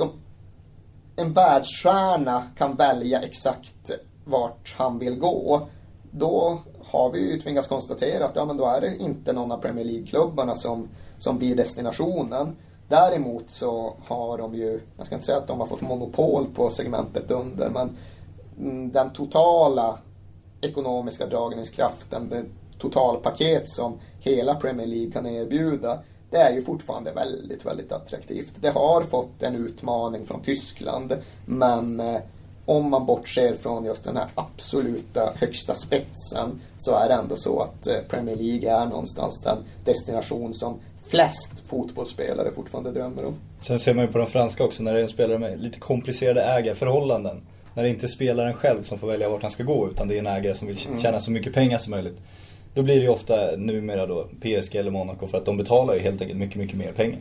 Speaker 2: en världsstjärna kan välja exakt vart han vill gå, då har vi ju tvingats konstatera att men då är det inte någon av Premier League-klubbarna som blir destinationen. Däremot så har de ju, jag ska inte säga att de har fått monopol på segmentet under, men den totala ekonomiska dragningskraften, det totalpaket som hela Premier League kan erbjuda, det är ju fortfarande väldigt, väldigt attraktivt. Det har fått en utmaning från Tyskland, men om man bortser från just den här absoluta högsta spetsen, så är det ändå så att Premier League är någonstans en destination som flest fotbollsspelare fortfarande drömmer om.
Speaker 3: Sen ser man ju på de franska också, när det är en spelare med lite komplicerade ägarförhållanden. När det inte är spelaren själv som får välja vart han ska gå, utan det är en ägare som vill tjäna så mycket pengar som möjligt. Då blir det ju ofta numera då PSG eller Monaco, för att de betalar ju helt enkelt mycket, mycket mer pengar.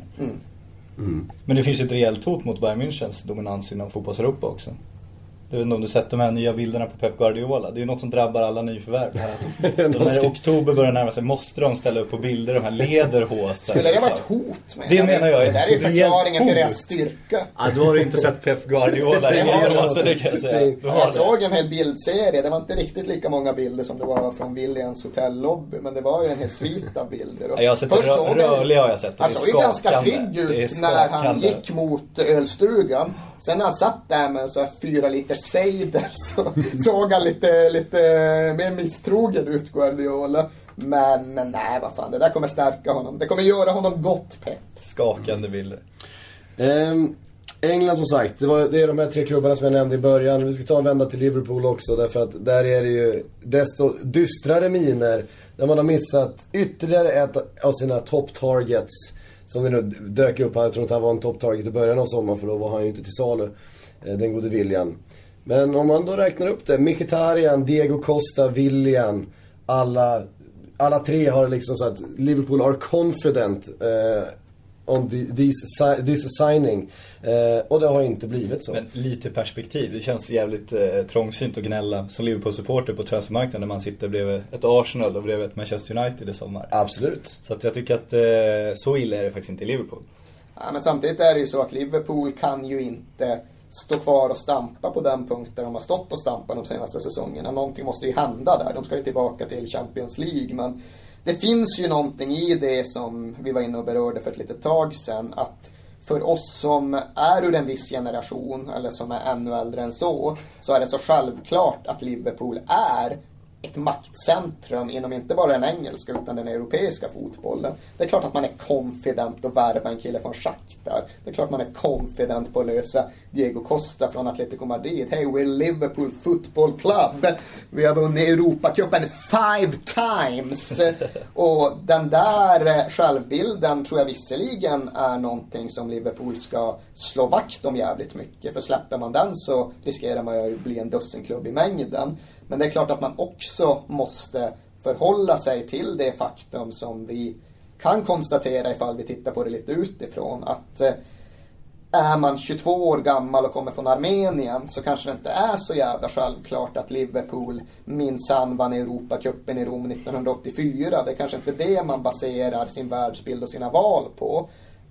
Speaker 3: Men det finns ju ett rejält hot mot Bayern Münchens dominans inom fotbollseuropa också. Jag vet inte om du sett de här nya bilderna på Pep Guardiola. Det är ju något som drabbar alla nyförvärv. När oktober börjar närma sig måste de ställa upp på bilder, de här lederhåsar.
Speaker 2: Skulle det vara ett hot? Med
Speaker 3: det menar jag.
Speaker 2: Det där är förklaringen till deras styrka.
Speaker 3: Ja, då har du inte sett Pep Guardiola i lederhåsar, det kan jag säga.
Speaker 2: Jag såg en hel bildserie. Det var inte riktigt lika många bilder som det var från Williams hotellobby, men det var ju en hel svit av bilder.
Speaker 3: Ja, jag har sett rörliga har jag sett.
Speaker 2: Han såg ju ganska trygg ut när han gick mot ölstugan. Sen när han satt där med så 4 liter cider, så såg han lite mer misstrogen ut, Guardiola. Men nej, vad fan, det där kommer stärka honom. Det kommer göra honom gott, Pep.
Speaker 3: Skakande bilder.
Speaker 1: England, som sagt, det är de här 3 klubbarna som jag nämnde i början. Vi ska ta en vända till Liverpool också, därför att där är det ju desto dystrare miner när man har missat ytterligare ett av sina top targets som det nu dök upp. Jag tror inte han var en top target i början av sommaren, för då var han ju inte till salu, den gode William. Men om man då räknar upp det, Mkhitaryan, Diego Costa, William, alla 3 har liksom så att Liverpool are confident on this signing. Och det har inte blivit så.
Speaker 3: Men lite perspektiv. Det känns jävligt trångsynt att gnälla som Liverpool-supporter på transfermarknaden när man sitter bredvid ett Arsenal och bredvid ett Manchester United i sommar.
Speaker 1: Absolut.
Speaker 3: Så att jag tycker att så illa är det faktiskt inte i Liverpool.
Speaker 2: Ja, men samtidigt är det ju så att Liverpool kan ju inte stå kvar och stampa på den punkt där de har stått och stampat de senaste säsongerna. Någonting måste ju hända där. De ska ju tillbaka till Champions League, men det finns ju någonting i det som vi var inne och berörde för ett litet tag sedan, att för oss som är ur en viss generation eller som är ännu äldre än så är det så självklart att Liverpool är ett maktcentrum inom inte bara den engelska utan den europeiska fotbollen. Det är klart att man är confident att värva en kille från Shakhtar. Det är klart man är confident på att lösa Diego Costa från Atletico Madrid. Hey, we're Liverpool Football Club. Vi har vunnit Europacupen 5 times. Och den där självbilden tror jag visserligen är någonting som Liverpool ska slå vakt om jävligt mycket. För släpper man den så riskerar man ju bli en dussenklubb i mängden. Men det är klart att man också måste förhålla sig till det faktum som vi kan konstatera ifall vi tittar på det lite utifrån. Att är man 22 år gammal och kommer från Armenien så kanske det inte är så jävla självklart att Liverpool minsann vann Europacupen i Rom 1984. Det är kanske inte det man baserar sin världsbild och sina val på.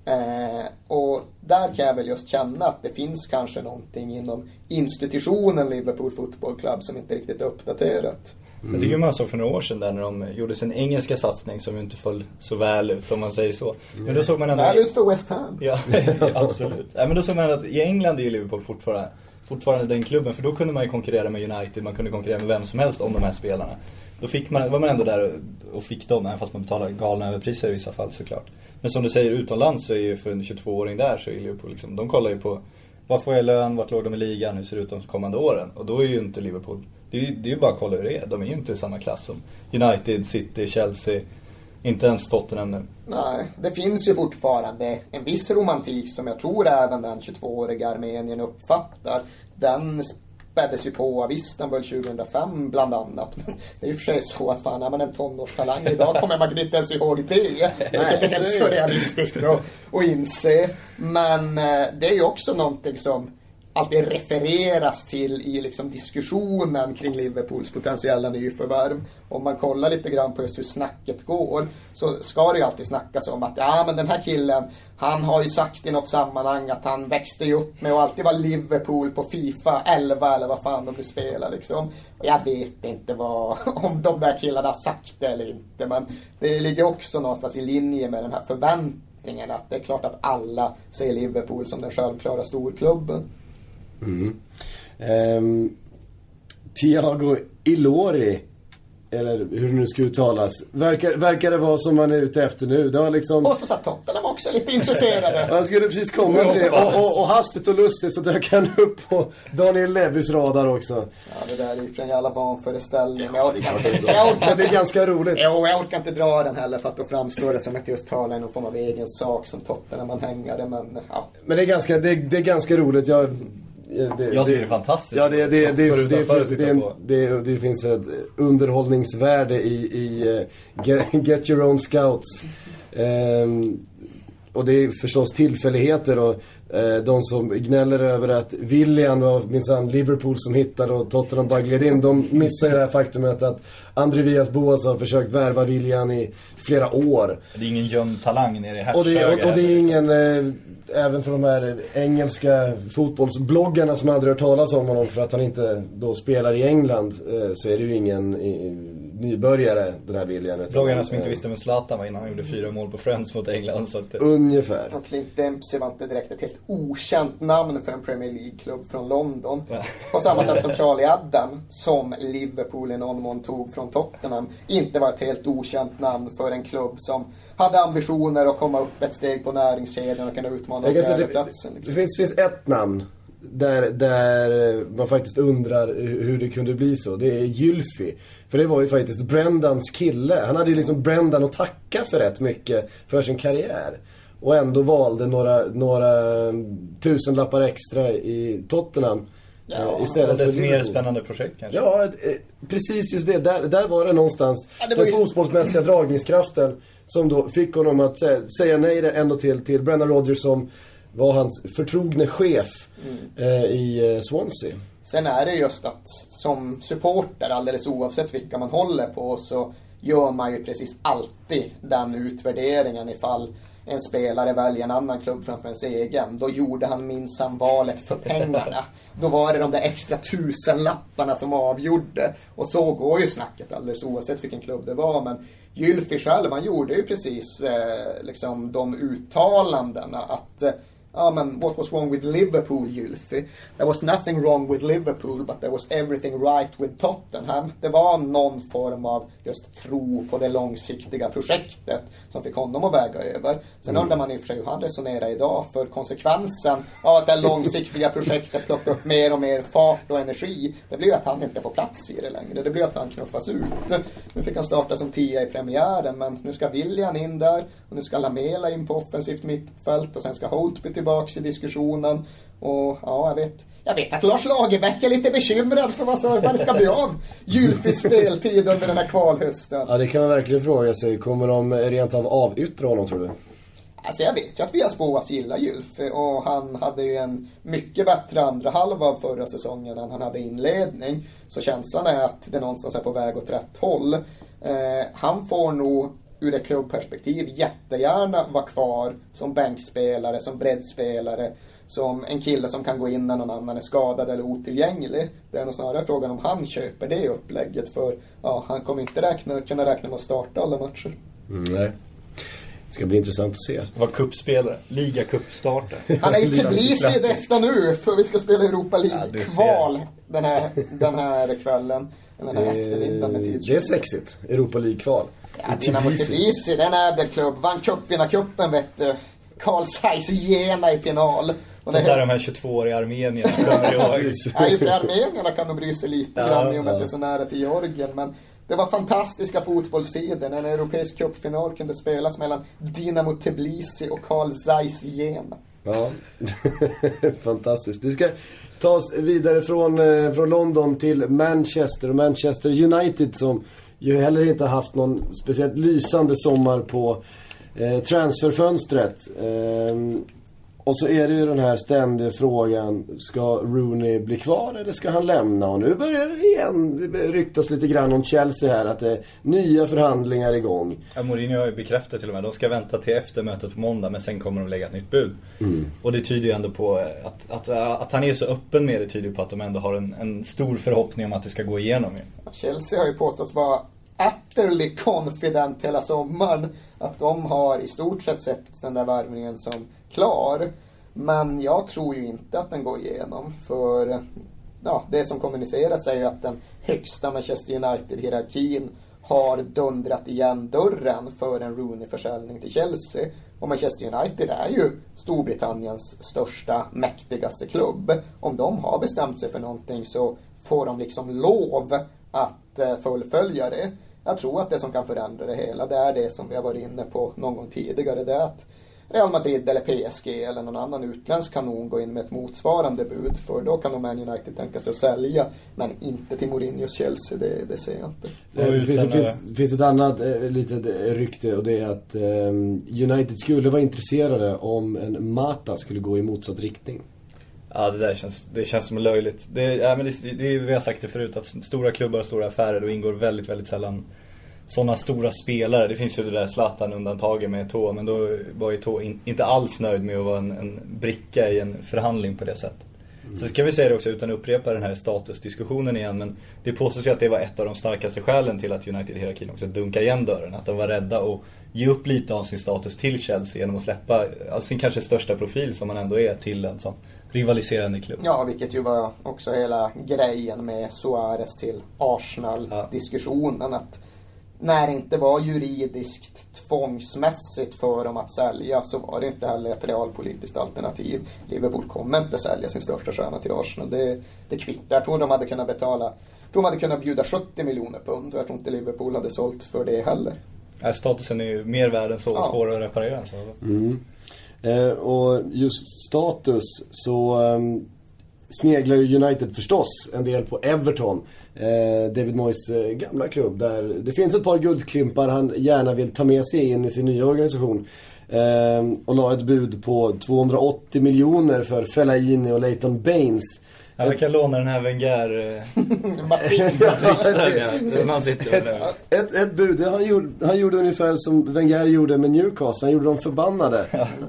Speaker 2: Och där kan jag väl just känna att det finns kanske någonting inom institutionen Liverpool Football Club som inte riktigt är uppdaterat.
Speaker 3: Jag tycker man såg för några år sedan där när de gjorde sin engelska satsning som ju inte föll så väl ut om man säger så. Men då såg man ändå...
Speaker 2: Väl ut för West Ham.
Speaker 3: Ja, absolut. Ja, men då såg man att i England är ju Liverpool fortfarande den klubben, för då kunde man ju konkurrera med United, man kunde konkurrera med vem som helst om de här spelarna. Då var man ändå där och fick dem, även fast man betalar galna överpriser i vissa fall såklart. Men som du säger, utomlands så är ju för en 22-åring där så är Liverpool liksom, de kollar ju på vad får jag lön, vart låg de i ligan, hur ser det ut de kommande åren. Och då är ju inte Liverpool, det är ju bara att kolla hur det är. De är ju inte i samma klass som United, City, Chelsea, inte ens Tottenham nu.
Speaker 2: Nej, det finns ju fortfarande en viss romantik som jag tror även den 22-åriga Armenien uppfattar. Den späddes ju på av Istanbul 2005 bland annat. Men det är ju för sig så att fan är man en tonårstalang idag kommer man inte ens ihåg det. Vilket är helt så realistiskt att inse. Men det är ju också någonting som alltid refereras till i liksom diskussionen kring Liverpools potentiella nyförvärv. Om man kollar lite grann på just hur snacket går så ska det ju alltid snackas om att ja, men den här killen, han har ju sagt i något sammanhang att han växte ju upp med att alltid vara Liverpool på FIFA 11 eller vad fan de nu spelar liksom. Och jag vet inte om de där killarna har sagt det eller inte, men det ligger också någonstans i linje med den här förväntningen att det är klart att alla ser Liverpool som den självklara storklubben.
Speaker 1: Thiago Ilori, eller hur det nu ska uttalas, verkar det vara som man är ute efter nu. Det har liksom...
Speaker 2: Och så Tottenham också lite intresserade.
Speaker 1: Han skulle precis komma till det. Och hastigt och lustigt så dök han upp på Daniel Levys radar också.
Speaker 2: Ja, det där är ju för en jävla vanföreställning.
Speaker 1: Ja, det är ganska roligt.
Speaker 2: Jo, jag orkar inte dra den heller för att då framstår det som att just tala i någon form av egen sak som Tottenham-anhängare. Men ja.
Speaker 1: Men det är ganska roligt. Jag
Speaker 3: tycker det är fantastiskt.
Speaker 1: Ja, det finns ett underhållningsvärde i Get Your Own Scouts. Och det är förstås tillfälligheter och de som gnäller över att Willian var minsann Liverpool som hittade och Tottenham bara gled in. De missar det här faktumet att André Villas-Boas har försökt värva Willian i flera år.
Speaker 3: Det är ingen gömd talang nere i
Speaker 1: och det är ingen, även för de här engelska fotbollsbloggarna som aldrig hört talas om honom för att han inte då spelar i England, så är det ju ingen nybörjare, den här Willian.
Speaker 3: Bloggarna som inte visste vem Zlatan var innan han gjorde 4 mål på Friends mot England. Så att...
Speaker 1: Ungefär.
Speaker 2: Och Clint Dempsey var inte direkt ett helt okänt namn för en Premier League-klubb från London. På samma sätt som Charlie Adam, som Liverpool i någon mån tog från Tottenham, inte var ett helt okänt namn för en klubb som hade ambitioner att komma upp ett steg på näringskedjan och kunna utmana fjärdeplatsen.
Speaker 1: Liksom. Det finns ett namn där man faktiskt undrar hur det kunde bli så. Det är Gylfi. För det var ju faktiskt Brendans kille. Han hade ju liksom Brendan att tacka för rätt mycket för sin karriär. Och ändå valde några tusenlappar extra i Tottenham Istället
Speaker 3: det är
Speaker 1: för
Speaker 3: ett mer spännande projekt kanske.
Speaker 1: Ja, precis just det. Där var det någonstans den fotbollsmässiga dragningskraften som då fick honom att säga nej det ändå till Brendan Rodgers som var hans förtrogne chef i Swansea.
Speaker 2: Sen är det just att som supporter, alldeles oavsett vilka man håller på, så gör man ju precis alltid den utvärderingen ifall en spelare väljer en annan klubb framför ens egen. Då gjorde han minsann valet för pengarna. Då var det de där extra 1000-lapparna som avgjorde. Och så går ju snacket alldeles oavsett vilken klubb det var. Men Gylfi själv, han gjorde ju precis liksom de uttalandena att men what was wrong with Liverpool, Gylfi? There was nothing wrong with Liverpool, but there was everything right with Tottenham. Det var någon form av just tro på det långsiktiga projektet som fick honom att väga över. Sen undrar man i och för sig hur han resonerar idag, för konsekvensen av att det långsiktiga projektet plockar upp mer och mer fart och energi, det blir ju att han inte får plats i det längre. Det blir att han knuffas ut. Nu fick han starta som 10 i premiären, men nu ska Willian in där och nu ska Lamela in på offensivt mittfält och sen ska Holtby tillbaks i diskussionen. Och ja, jag vet att Lars Lagerbäck är lite bekymrad för vad det ska bli av Gylfis speltid under den här kvalhösten.
Speaker 1: Ja, det kan man verkligen fråga sig. Kommer de rent av avyttra honom, tror du?
Speaker 2: Alltså jag vet ju att Villas-Boas gillar Gylfi, och han hade ju en mycket bättre andra halva av förra säsongen än han hade inledning. Så känslan är att det någonstans är på väg åt rätt håll. Han får nog ur ett klubbperspektiv jättegärna vara kvar som bänkspelare, som breddspelare, som en kille som kan gå in när någon annan är skadad eller otillgänglig. Det är nog snarare frågan om han köper det upplägget, för han kommer inte kunna räkna med att starta alla matcher.
Speaker 1: Nej. Det ska bli intressant att se.
Speaker 3: Var kuppspelare, liga-kuppstarter.
Speaker 2: Han är i Tbilisi detta nu, för vi ska spela Europa League-kval den här kvällen. Den här eftermiddagen med tids.
Speaker 1: Det är sexigt, Europa League-kval.
Speaker 2: Ja, Dynamo Tbilisi, den ädelklubb. Vann cupvinnarcupen, vet du. Carl Zeiss Jena i final.
Speaker 3: Och sånt där de här 22-åriga armenierna kommer ihåg.
Speaker 2: Nej, för armenierna kan nog bry sig lite grann i och med att det är så nära till Georgien. Men det var fantastiska fotbollstider när en europeisk cupfinal kunde spelas mellan Dynamo Tbilisi och Carl Zeiss Jena.
Speaker 1: Ja, fantastiskt. Vi ska ta oss vidare från London till Manchester och Manchester United, som ju heller inte haft någon speciellt lysande sommar på transferfönstret. Och så är det ju den här ständiga frågan, ska Rooney bli kvar eller ska han lämna? Och nu börjar det igen ryktas lite grann om Chelsea här, att det är nya förhandlingar igång.
Speaker 3: Ja, Mourinho har ju bekräftat till och med. De ska vänta till efter mötet på måndag, men sen kommer de lägga ett nytt bud. Och det tyder ju ändå på att han är så öppen med det, tyder på att de ändå har en stor förhoppning om att det ska gå igenom.
Speaker 2: Chelsea har ju påståtts vara utterly confident hela sommaren, att de har i stort sett den där värvningen som klar. Men jag tror ju inte att den går igenom, för det som kommuniceras är ju att den högsta Manchester United-hierarkin har dundrat igen dörren för en Rooney-försäljning till Chelsea. Och Manchester United är ju Storbritanniens största, mäktigaste klubb. Om de har bestämt sig för någonting så får de liksom lov att fullfölja det. Jag tror att det som kan förändra det hela, det är det som vi har varit inne på någon gång tidigare. Det är att Real Madrid eller PSG eller någon annan utländsk kanon gå in med ett motsvarande bud. För då kan nog Man United tänka sig att sälja, men inte till Mourinhos Chelsea, det ser jag inte.
Speaker 1: Det finns ett annat litet rykte, och det är att United skulle vara intresserade om en Mata skulle gå i motsatt riktning.
Speaker 3: Ja, det känns som löjligt. Vi har sagt det förut, att stora klubbar och stora affärer, då ingår väldigt, väldigt sällan sådana stora spelare. Det finns ju det där Zlatan-undantaget med Eto'o, men då var ju Eto'o inte alls nöjd med att vara en bricka i en förhandling på det sättet. Så ska vi säga det också utan att upprepa den här statusdiskussionen igen, men det påstås ju att det var ett av de starkaste skälen till att United-hierarkin också dunkade igen dörren. Att de var rädda att ge upp lite av sin status till Chelsea genom att släppa sin kanske största profil som man ändå är till en sån rivaliserande klubb.
Speaker 2: Ja, vilket ju var också hela grejen med Suarez till Arsenal-diskussionen, att när det inte var juridiskt tvångsmässigt för dem att sälja, så var det inte heller ett realpolitiskt alternativ. Liverpool kommer inte sälja sin största stjärna till Arsenal. Det kvittar. Jag tror de hade kunnat de hade kunnat bjuda 70 miljoner pund, och jag tror inte Liverpool hade sålt för det heller.
Speaker 3: Statusen är ju mer värd än så, svårare att reparera än så.
Speaker 1: Och just status, så sneglar ju United förstås en del på Everton. David Moyes gamla klubb där det finns ett par guldklimpar han gärna vill ta med sig in i sin nya organisation. Och la ett bud på 280 miljoner för Fellaini och Leighton Baines.
Speaker 3: Ja, vi kan låna den här Wenger man sitter
Speaker 1: ett bud. Han gjorde ungefär som Wenger gjorde med Newcastle. Han gjorde dem förbannade.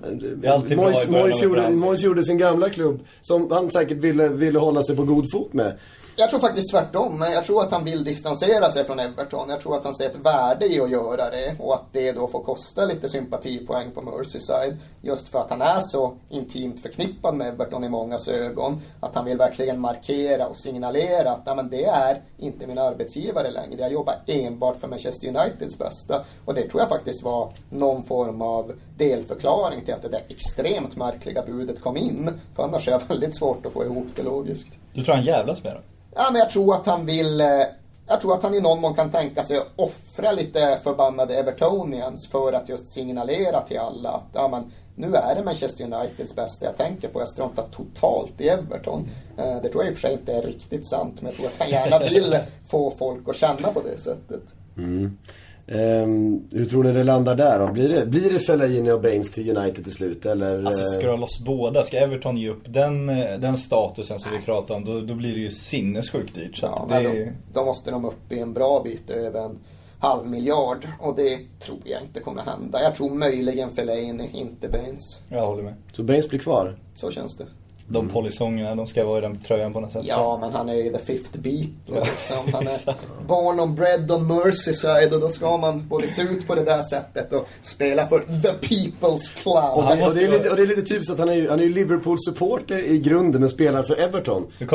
Speaker 1: Moyes gjorde sin gamla klubb som han säkert ville hålla sig på god fot med.
Speaker 2: Jag tror faktiskt tvärtom. Jag tror att han vill distansera sig från Everton. Jag tror att han ser ett värde i att göra det. Och att det då får kosta lite sympatipoäng på Merseyside. Just för att han är så intimt förknippad med Everton i mångas ögon. Att han vill verkligen markera och signalera att nej, men det är inte min arbetsgivare längre. Jag jobbar enbart för Manchester Uniteds bästa. Och det tror jag faktiskt var någon form av delförklaring till att det där extremt märkliga budet kom in. För annars är det väldigt svårt att få ihop det logiskt.
Speaker 3: Du tror han jävlas med det?
Speaker 2: Ja, men jag tror att han vill... Jag tror att han i någon mån kan tänka sig att offra lite förbannade Evertonians för att just signalera till alla att ja, men, nu är det Manchester Uniteds bästa jag tänker på. Jag struntar totalt i Everton. Det tror jag i och för sig inte är riktigt sant, men jag tror att han gärna vill få folk att känna på det sättet.
Speaker 1: Mm. Hur tror ni det landar där då? Blir det Fellaini och Baines till United till slut? Eller?
Speaker 3: Alltså ska du loss båda? Ska Everton ge upp den statusen som vi pratar om, då blir det ju sinnessjukt dyrt. Så
Speaker 2: ja, då måste de upp i en bra bit över 500 miljoner. Och det tror jag inte kommer hända. Jag tror möjligen Fellaini, inte Baines.
Speaker 3: Jag håller med.
Speaker 1: Så Baines blir kvar?
Speaker 2: Så känns det.
Speaker 3: De polisongerna, de ska vara i den tröjan på något sätt.
Speaker 2: Ja, men han är ju the fifth Beatle liksom. Han är born on bread on Merseyside. Och då ska man både se ut på det där sättet och spela för the people's club.
Speaker 1: Och det är lite typiskt att han är ju Liverpool-supporter i grunden men spelar för Everton. Det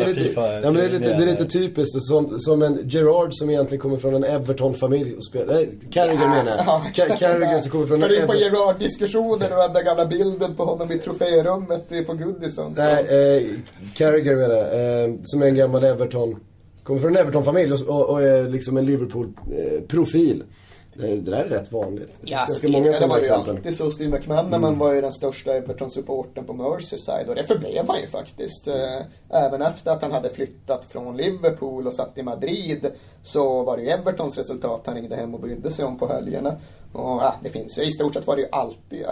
Speaker 1: är lite typiskt som en Gerrard som egentligen kommer från en Everton-familj och spelar. Carragher menar jag.
Speaker 2: Ja,
Speaker 1: Carragher som kommer från
Speaker 2: ska du in på Gerrard-diskussioner och den där gamla bilden på honom i troférummet på Goodison?
Speaker 1: Nej, Carragher menar jag, som är en gammal Everton, kommer från en Everton-familj och är liksom en Liverpool-profil. Det där är rätt vanligt.
Speaker 2: Ja,
Speaker 1: det var
Speaker 2: ju alltid så. Steve McMahon när man var ju den största Everton-supporten på Merseyside, och det förblev han ju faktiskt. Även efter att han hade flyttat från Liverpool och satt i Madrid, så var det ju Evertons resultat han ringde hem och brydde sig om på helgerna. Och det finns ju, i stort sett var det ju alltid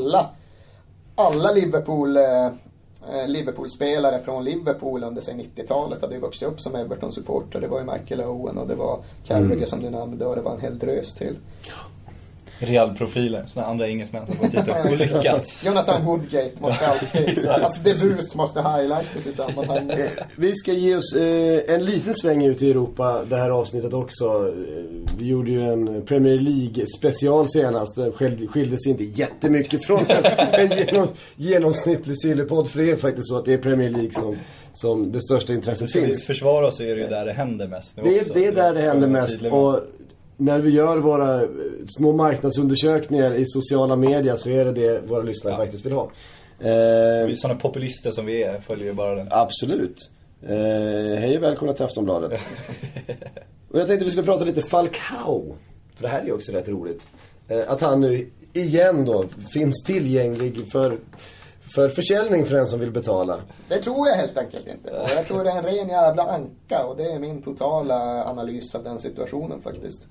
Speaker 2: alla Liverpool-spelare från Liverpool under sig 90-talet hade ju vuxit upp som Everton-supporter. Det var ju Michael Owen och det var Carragher som du nämnde, och det var en hel drös till.
Speaker 3: Real-profiler, sådana andra engelsmän som gått hit och lyckats.
Speaker 2: Jonathan Woodgate måste alltid, alltså debut måste highlightas i sammanhanget.
Speaker 1: Vi ska ge oss en liten sväng ut i Europa det här avsnittet också. Vi gjorde ju en Premier League special senast. Det skilde sig inte jättemycket från en genomsnittlig silverpodd, för det är faktiskt så att det är Premier League som det största intresset finns.
Speaker 3: Vi försvarar oss, så är det ju där det händer mest nu också.
Speaker 1: Det är där det händer mest, och när vi gör våra små marknadsundersökningar i sociala medier så är det våra lyssnare faktiskt vill ha.
Speaker 3: Vi är sådana populister som vi är, följer bara den.
Speaker 1: Absolut. Hej och välkomna till Aftonbladet. Och jag tänkte vi skulle prata lite Falcao, för det här är ju också rätt roligt. Att han nu igen då finns tillgänglig för försäljning för den som vill betala.
Speaker 2: Det tror jag helt enkelt inte. Och jag tror det är en ren jävla anka, och det är min totala analys av den situationen faktiskt.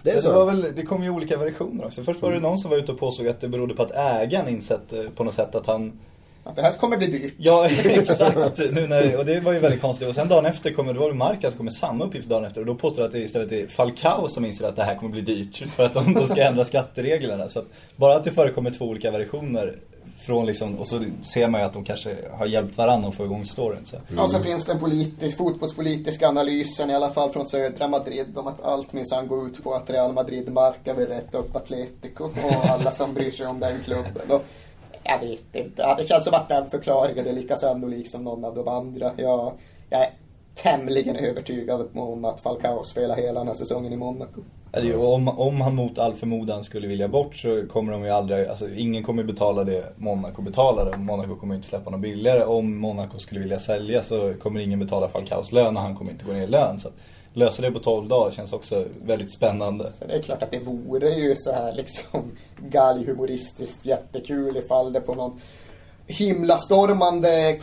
Speaker 3: Det kom ju olika versioner också. Först var det någon som var ute och påstod att det berodde på att ägaren insett på något sätt att han...
Speaker 2: Att det här kommer bli dyrt.
Speaker 3: Ja, exakt. Och det var ju väldigt konstigt. Och sen dagen efter det var det Marca som kommer samma uppgift dagen efter. Och då påstår att det istället är Falcao som inser att det här kommer bli dyrt. För att de ska ändra skattereglerna. Så att bara att det förekommer två olika versioner från liksom, och så ser man ju att de kanske har hjälpt varandra att få igång storyn. Så.
Speaker 2: Och så finns den fotbollspolitiska analysen i alla fall från södra Madrid om att allt minsann går ut på att Real Madrid Marca vill rätta upp Atletico och alla som bryr sig om den klubben. Och jag vet inte, det känns som att den förklaringen är lika sannolik som någon av de andra. Jag är tämligen övertygad om att Falcao spelar hela den här säsongen i Monaco.
Speaker 3: Om han mot all förmodan skulle vilja bort, så kommer de ju aldrig, alltså ingen kommer betala det Monaco betalade. Monaco kommer inte släppa något billigare. Om Monaco skulle vilja sälja så kommer ingen betala Falcaos lön, och han kommer inte gå ner i lön. Så att lösa det på 12 dagar känns också väldigt spännande.
Speaker 2: Så det är klart att det vore ju så här liksom galghumoristiskt jättekul ifall det på någon himlastormande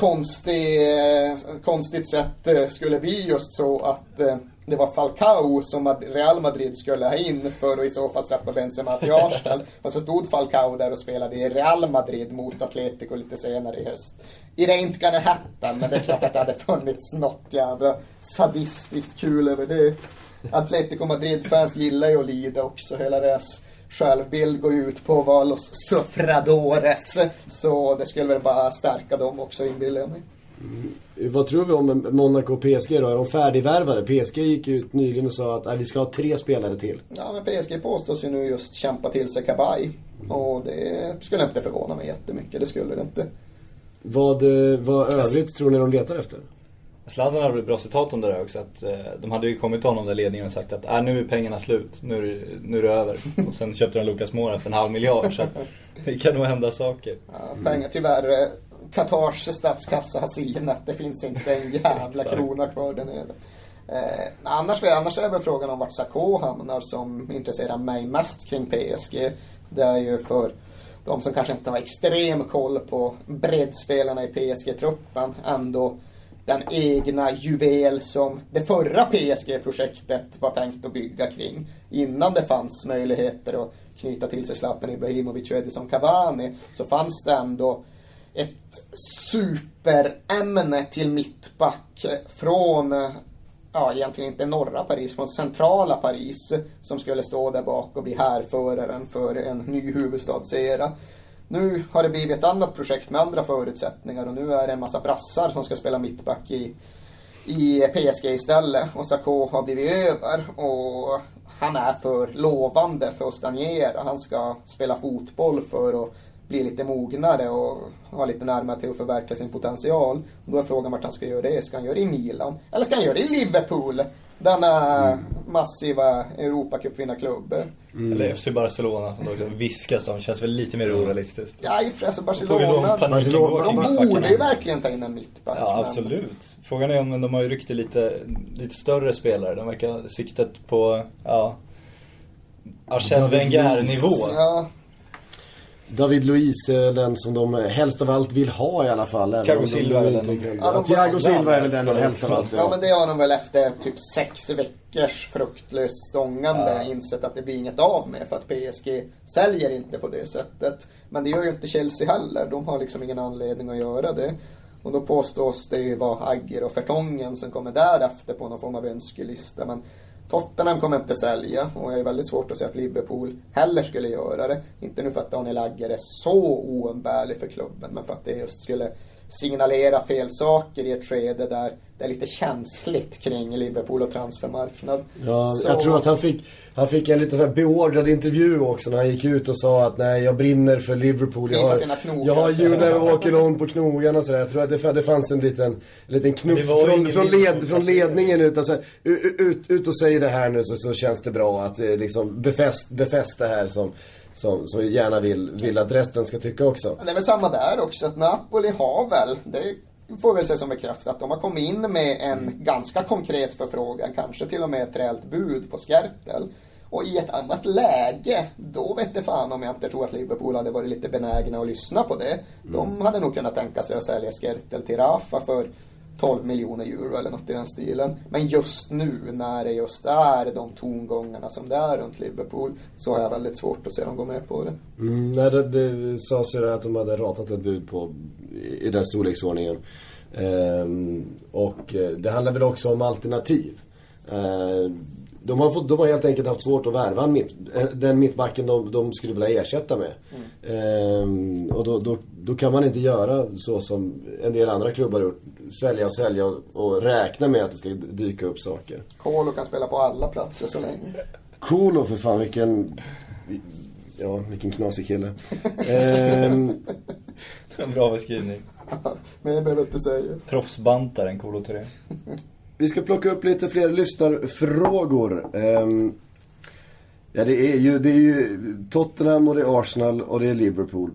Speaker 2: konstigt sätt skulle bli just så att det var Falcao som Real Madrid skulle ha in för att i så fall släppa Benzema till Arsenal. Och så stod Falcao där och spelade i Real Madrid mot Atletico lite senare i höst. I rent gonna happen, men det är klart att det hade funnits något jävla sadistiskt kul över det. Atletico Madrid-fans gillar ju att lida också. Hela deras självbild går ut på att vara los sufradores. Så det skulle väl bara stärka dem också, inbillar jag mig.
Speaker 1: Vad tror vi om Monaco och PSG då? Är de färdigvärvade? PSG gick ut nyligen och sa att vi ska ha 3 spelare till.
Speaker 2: Ja, men PSG påstås ju nu just kämpa till sig Kabay. Och det skulle inte förvåna mig jättemycket. Det skulle det inte.
Speaker 1: Vad övrigt tror ni de letar efter?
Speaker 3: Zlatan hade ett bra citat om det där också, att de hade ju kommit till honom där ledningen och sagt att nu är pengarna slut, nu är det över. Och sen köpte de Lucas Moura för 500 miljoner, så det kan nog hända saker.
Speaker 2: Ja, pengar tyvärr. Katars statskassa har sinat. Det finns inte en jävla krona kvar där nere. Annars är det väl frågan om vart Sakho hamnar som intresserar mig mest kring PSG. Det är ju för de som kanske inte har extrem koll på breddspelarna i PSG-truppen ändå den egna juvel som det förra PSG-projektet var tänkt att bygga kring. Innan det fanns möjligheter att knyta till sig Zlatan Ibrahimovic och Edison Cavani, så fanns det ändå ett superämne till mittback från, egentligen inte norra Paris, från centrala Paris, som skulle stå där bak och bli härföraren för en ny huvudstadsera. Nu har det blivit ett annat projekt med andra förutsättningar, och nu är det en massa brassar som ska spela mittback i PSG istället, och Sakho har blivit över och han är för lovande för att stagnera. Han ska spela fotboll för att bli lite mognare och ha lite närmare till att förverkliga sin potential. Och då är frågan vart han ska göra det. Ska han göra det i Milan? Eller ska han göra det i Liverpool? Denna massiva Europacup-vinnarklubb.
Speaker 3: Eller FC Barcelona som också viskas som känns väl lite mer orealistiskt.
Speaker 2: Ja, i FC Barcelona. De borde ju verkligen ta in en mittback.
Speaker 3: Ja, absolut. Frågan är om de har ju rykte lite större spelare. De verkar siktat på Arsène Wenger-nivå.
Speaker 2: Ja.
Speaker 1: David Luiz är den som de helst av allt vill ha i alla fall.
Speaker 3: Thiago Silva är
Speaker 1: den. Thiago Silva är väl den de helst av allt vill ha.
Speaker 2: Ja, men det har de väl efter typ 6 veckors fruktlöst stångande insett att det blir inget av med, för att PSG säljer inte på det sättet. Men det gör ju inte Chelsea heller. De har liksom ingen anledning att göra det. Och då påstås det ju vara Agger och Fertongen som kommer därefter på någon form av önskelista. Men Tottenham kommer inte sälja, och jag är väldigt svårt att säga att Liverpool heller skulle göra det. Inte nu för att Daniel Agger är så oumbärlig för klubben, men för att det just skulle signalera fel saker i ett skede där det är lite känsligt kring Liverpool och transfermarknad.
Speaker 1: Ja, så jag tror att han fick en lite så här beordrad intervju också när han gick ut och sa att nej, jag brinner för Liverpool. Jag har You Never Walk Alone på knogarna och sådär. Jag tror att det fanns en liten knuff från ledningen ut, alltså, ut och säg det här nu, så känns det bra att liksom befästa här som gärna vill att resten ska tycka också.
Speaker 2: Det är väl samma där också, att Napoli har väl, det får väl säga som bekräftat, att de har kommit in med en ganska konkret förfrågan, kanske till och med ett reellt bud på Skertel. Och i ett annat läge, då vet det fan om jag inte tror att Liverpool hade varit lite benägna att lyssna på det. De hade nog kunnat tänka sig att sälja Skertel till Rafa för 12 miljoner euro eller något i den stilen. Men just nu, när det just är de tongångarna som det är runt Liverpool, så är jag väldigt svårt att se dem gå med på det.
Speaker 1: Nej, det sa sig att de hade ratat ett bud på i den storleksordningen. Och det handlar väl också om alternativ. De har helt enkelt haft svårt att värva den mittbacken de skulle vilja ersätta med. Och då kan man inte göra så som en del andra klubbar gjort. Sälja och räkna med att det ska dyka upp saker.
Speaker 2: Kolo kan spela på alla platser så länge.
Speaker 1: Kolo, för fan, vilken knasig kille.
Speaker 3: En bra beskrivning.
Speaker 2: Men jag behöver inte säga.
Speaker 3: Proffsbantaren Kolo Touré.
Speaker 1: Vi ska plocka upp lite fler lyssnarfrågor. Det är ju Tottenham och det är Arsenal och det är Liverpool.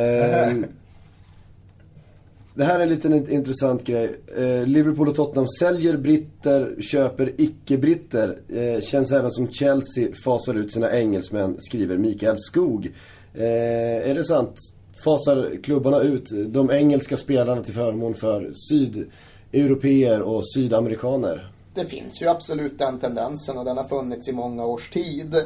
Speaker 1: Det här är en liten intressant grej. Liverpool och Tottenham säljer britter, köper icke-britter. Känns även som Chelsea fasar ut sina engelsmän, skriver Mikael Skog. Är det sant? fasar klubbarna ut de engelska spelarna till förmån för sydeuropeer och sydamerikaner?
Speaker 2: Det finns ju absolut den tendensen och den har funnits i många års tid.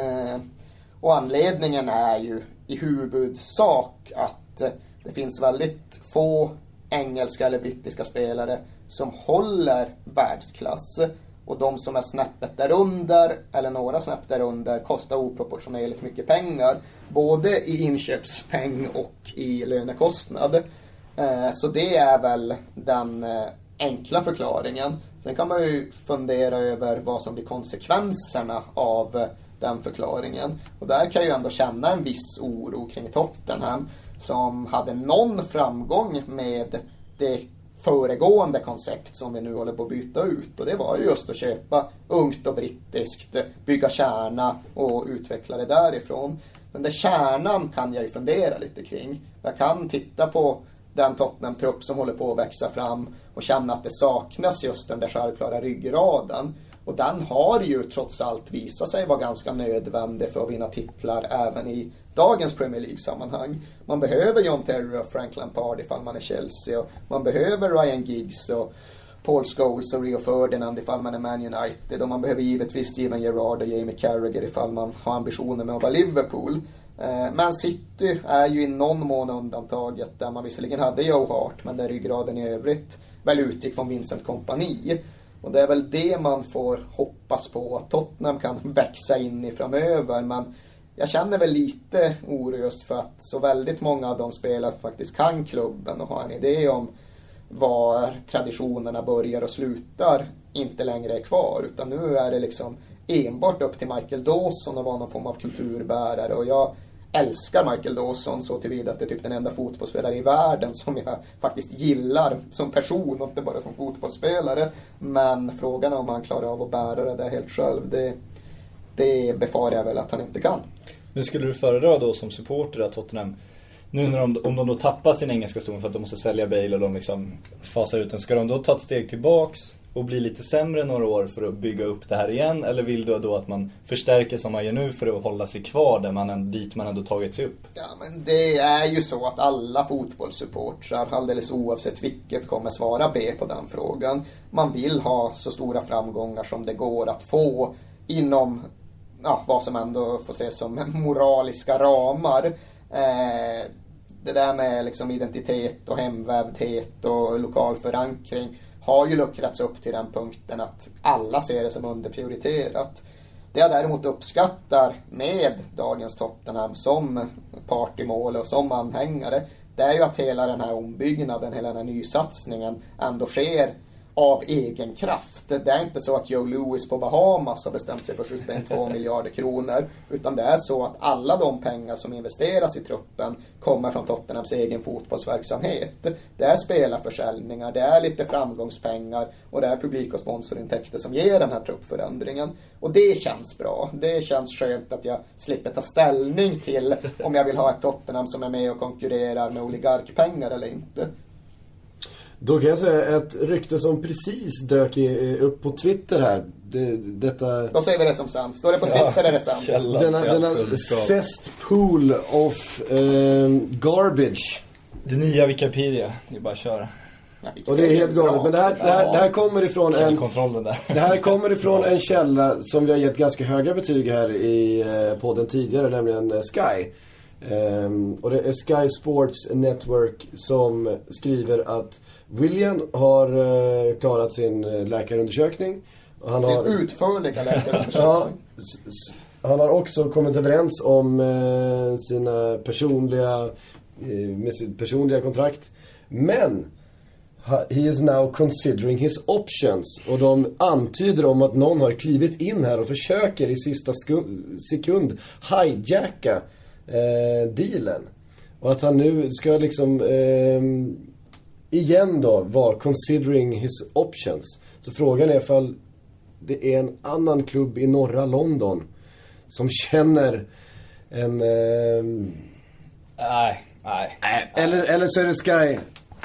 Speaker 2: Och anledningen är ju i huvudsak att det finns väldigt få engelska eller brittiska spelare som håller världsklass. Och de som är snäppet därunder eller några snäpp därunder kostar oproportionerligt mycket pengar. Både i inköpspeng och i lönekostnad. Så det är väl den enkla förklaringen. Sen kan man ju fundera över vad som blir konsekvenserna av den förklaringen. Och där kan jag ju ändå känna en viss oro kring Tottenham som hade någon framgång med det föregående koncept som vi nu håller på att byta ut. Och det var ju just att köpa ungt och brittiskt, bygga kärna och utveckla det därifrån. Den där kärnan kan jag ju fundera lite kring. Jag kan titta på den Tottenham-trupp som håller på att växa fram och känna att det saknas just den där självklara ryggraden. Och den har ju trots allt visat sig vara ganska nödvändig för att vinna titlar även i dagens Premier League-sammanhang. Man behöver John Terry och Frank Lampard ifall man är Chelsea. Och man behöver Ryan Giggs och Paul Scholes och Rio Ferdinand ifall man är Man United. Och man behöver givetvis Steven Gerrard och Jamie Carragher ifall man har ambitioner med att vara Liverpool. Man City är ju i någon mån undantaget där man visserligen hade Joe Hart men där ryggraden i övrigt väl utgick från Vincent Kompany. Och det är väl det man får hoppas på att Tottenham kan växa in i framöver. Men jag känner väl lite oro just för att så väldigt många av de spelare faktiskt kan klubben och har en idé om var traditionerna börjar och slutar inte längre är kvar. Utan nu är det liksom enbart upp till Michael Dawson att vara någon form av kulturbärare. Och jag älskar Michael Dawson så tillvida att det är typ den enda fotbollsspelare i världen som jag faktiskt gillar som person och inte bara som fotbollsspelare. Men frågan är om han klarar av att bära det där helt själv. Det befarar jag väl att han inte kan.
Speaker 3: Men skulle du föredra då som supporter att Tottenham, nu när om de då tappar sin engelska ston för att de måste sälja Bale och de liksom fasar ut den, ska de då ta ett steg tillbaks och bli lite sämre några år för att bygga upp det här igen? Eller vill du då att man förstärker som man gör nu för att hålla sig kvar där dit man ändå tagit sig upp?
Speaker 2: Ja, men det är ju så att alla fotbollssupportrar, alldeles oavsett vilket, kommer svara B på den frågan. Man vill ha så stora framgångar som det går att få inom vad som ändå får ses som moraliska ramar. Det där med liksom identitet och hemvävdhet och lokal förankring har ju luckrats upp till den punkten att alla ser det som underprioriterat. Det jag däremot uppskattar med dagens Tottenham som partymål och som anhängare, det är ju att hela den här ombyggnaden, hela den här nysatsningen ändå sker av egen kraft. Det är inte så att Joe Louis på Bahamas har bestämt sig för att skjuta in 2 miljarder kronor, utan det är så att alla de pengar som investeras i truppen kommer från Tottenhams egen fotbollsverksamhet. Det är spelarförsäljningar, det är lite framgångspengar och det är publik- och sponsorintäkter som ger den här truppförändringen. Och det känns bra. Det känns skönt att jag slipper ta ställning till om jag vill ha ett Tottenham som är med och konkurrerar med oligarkpengar eller inte.
Speaker 1: Då kan jag säga ett rykte som precis dök upp på Twitter här.
Speaker 2: Då säger vi det som sant. Står det på Twitter är det sant.
Speaker 1: Denna cesspool of garbage.
Speaker 3: Det nya Wikipedia. Det är bara att köra.
Speaker 1: Och det är helt galet. Men det här kommer ifrån det här kommer ifrån en källa som vi har gett ganska höga betyg här i podden tidigare, nämligen Sky. Och det är Sky Sports Network som skriver att William har klarat sin läkarundersökning. Och han har
Speaker 2: utförliga läkarundersökning.
Speaker 1: Han har också kommit överens om sina personliga kontrakt. Men he is now considering his options. Och de antyder om att någon har klivit in här och försöker i sista sekund hijacka dealen. Och att han nu ska liksom igen då vara considering his options. Så frågan är ifall det är en annan klubb i norra London som känner en
Speaker 3: nej.
Speaker 1: Eller så är det Sky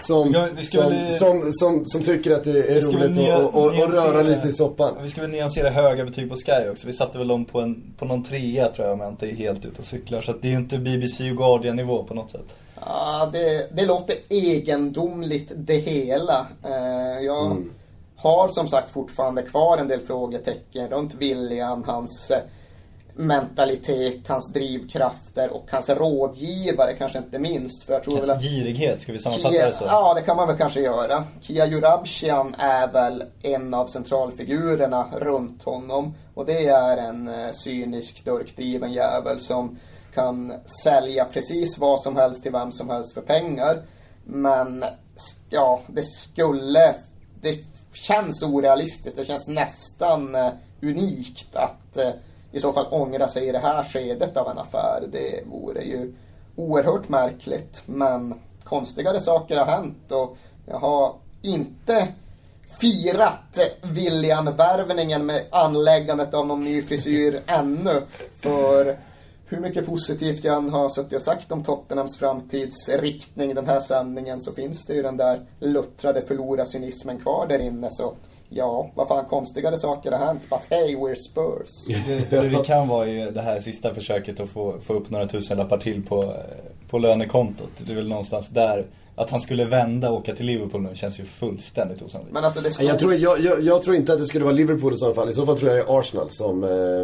Speaker 1: som tycker att det är roligt att röra lite i soppan.
Speaker 3: Vi ska väl nyansera höga betyg på Sky också. Vi satte väl dem på någon 3 tror jag, men inte helt ute och cyklar. Så att det är ju inte BBC och Guardian-nivå på något sätt.
Speaker 2: Ja, det låter egendomligt det hela. Jag har som sagt fortfarande kvar en del frågetecken runt William, hans mentalitet, hans drivkrafter och hans rådgivare kanske inte minst. För jag tror väl att
Speaker 3: girighet, ska vi sammanfatta det så?
Speaker 2: Ja, det kan man väl kanske göra. Kia Jurabshian är väl en av centralfigurerna runt honom. Och det är en cynisk, durkdriven jävel som kan sälja precis vad som helst till vem som helst för pengar. Men ja, det känns orealistiskt. Det känns nästan unikt att i så fall ångra sig i det här skedet av en affär. Det vore ju oerhört märkligt. Men konstigare saker har hänt och jag har inte firat William-värvningen med anläggandet av någon ny frisyr ännu. För hur mycket positivt jag än har suttit och sagt om Tottenhams framtidsriktning i den här sändningen, så finns det ju den där luttrade förlora-cynismen kvar där inne. Så ja, vad fan, konstigare saker har hänt. But hey, we're Spurs.
Speaker 3: Det kan vara ju det här sista försöket att få upp några tusenlappar till på lönekontot. Det är väl någonstans där. Att han skulle vända och åka till Liverpool nu känns ju fullständigt osannolikt.
Speaker 2: Men alltså det
Speaker 1: jag tror inte att det skulle vara Liverpool i så fall. I så fall tror jag det är Arsenal som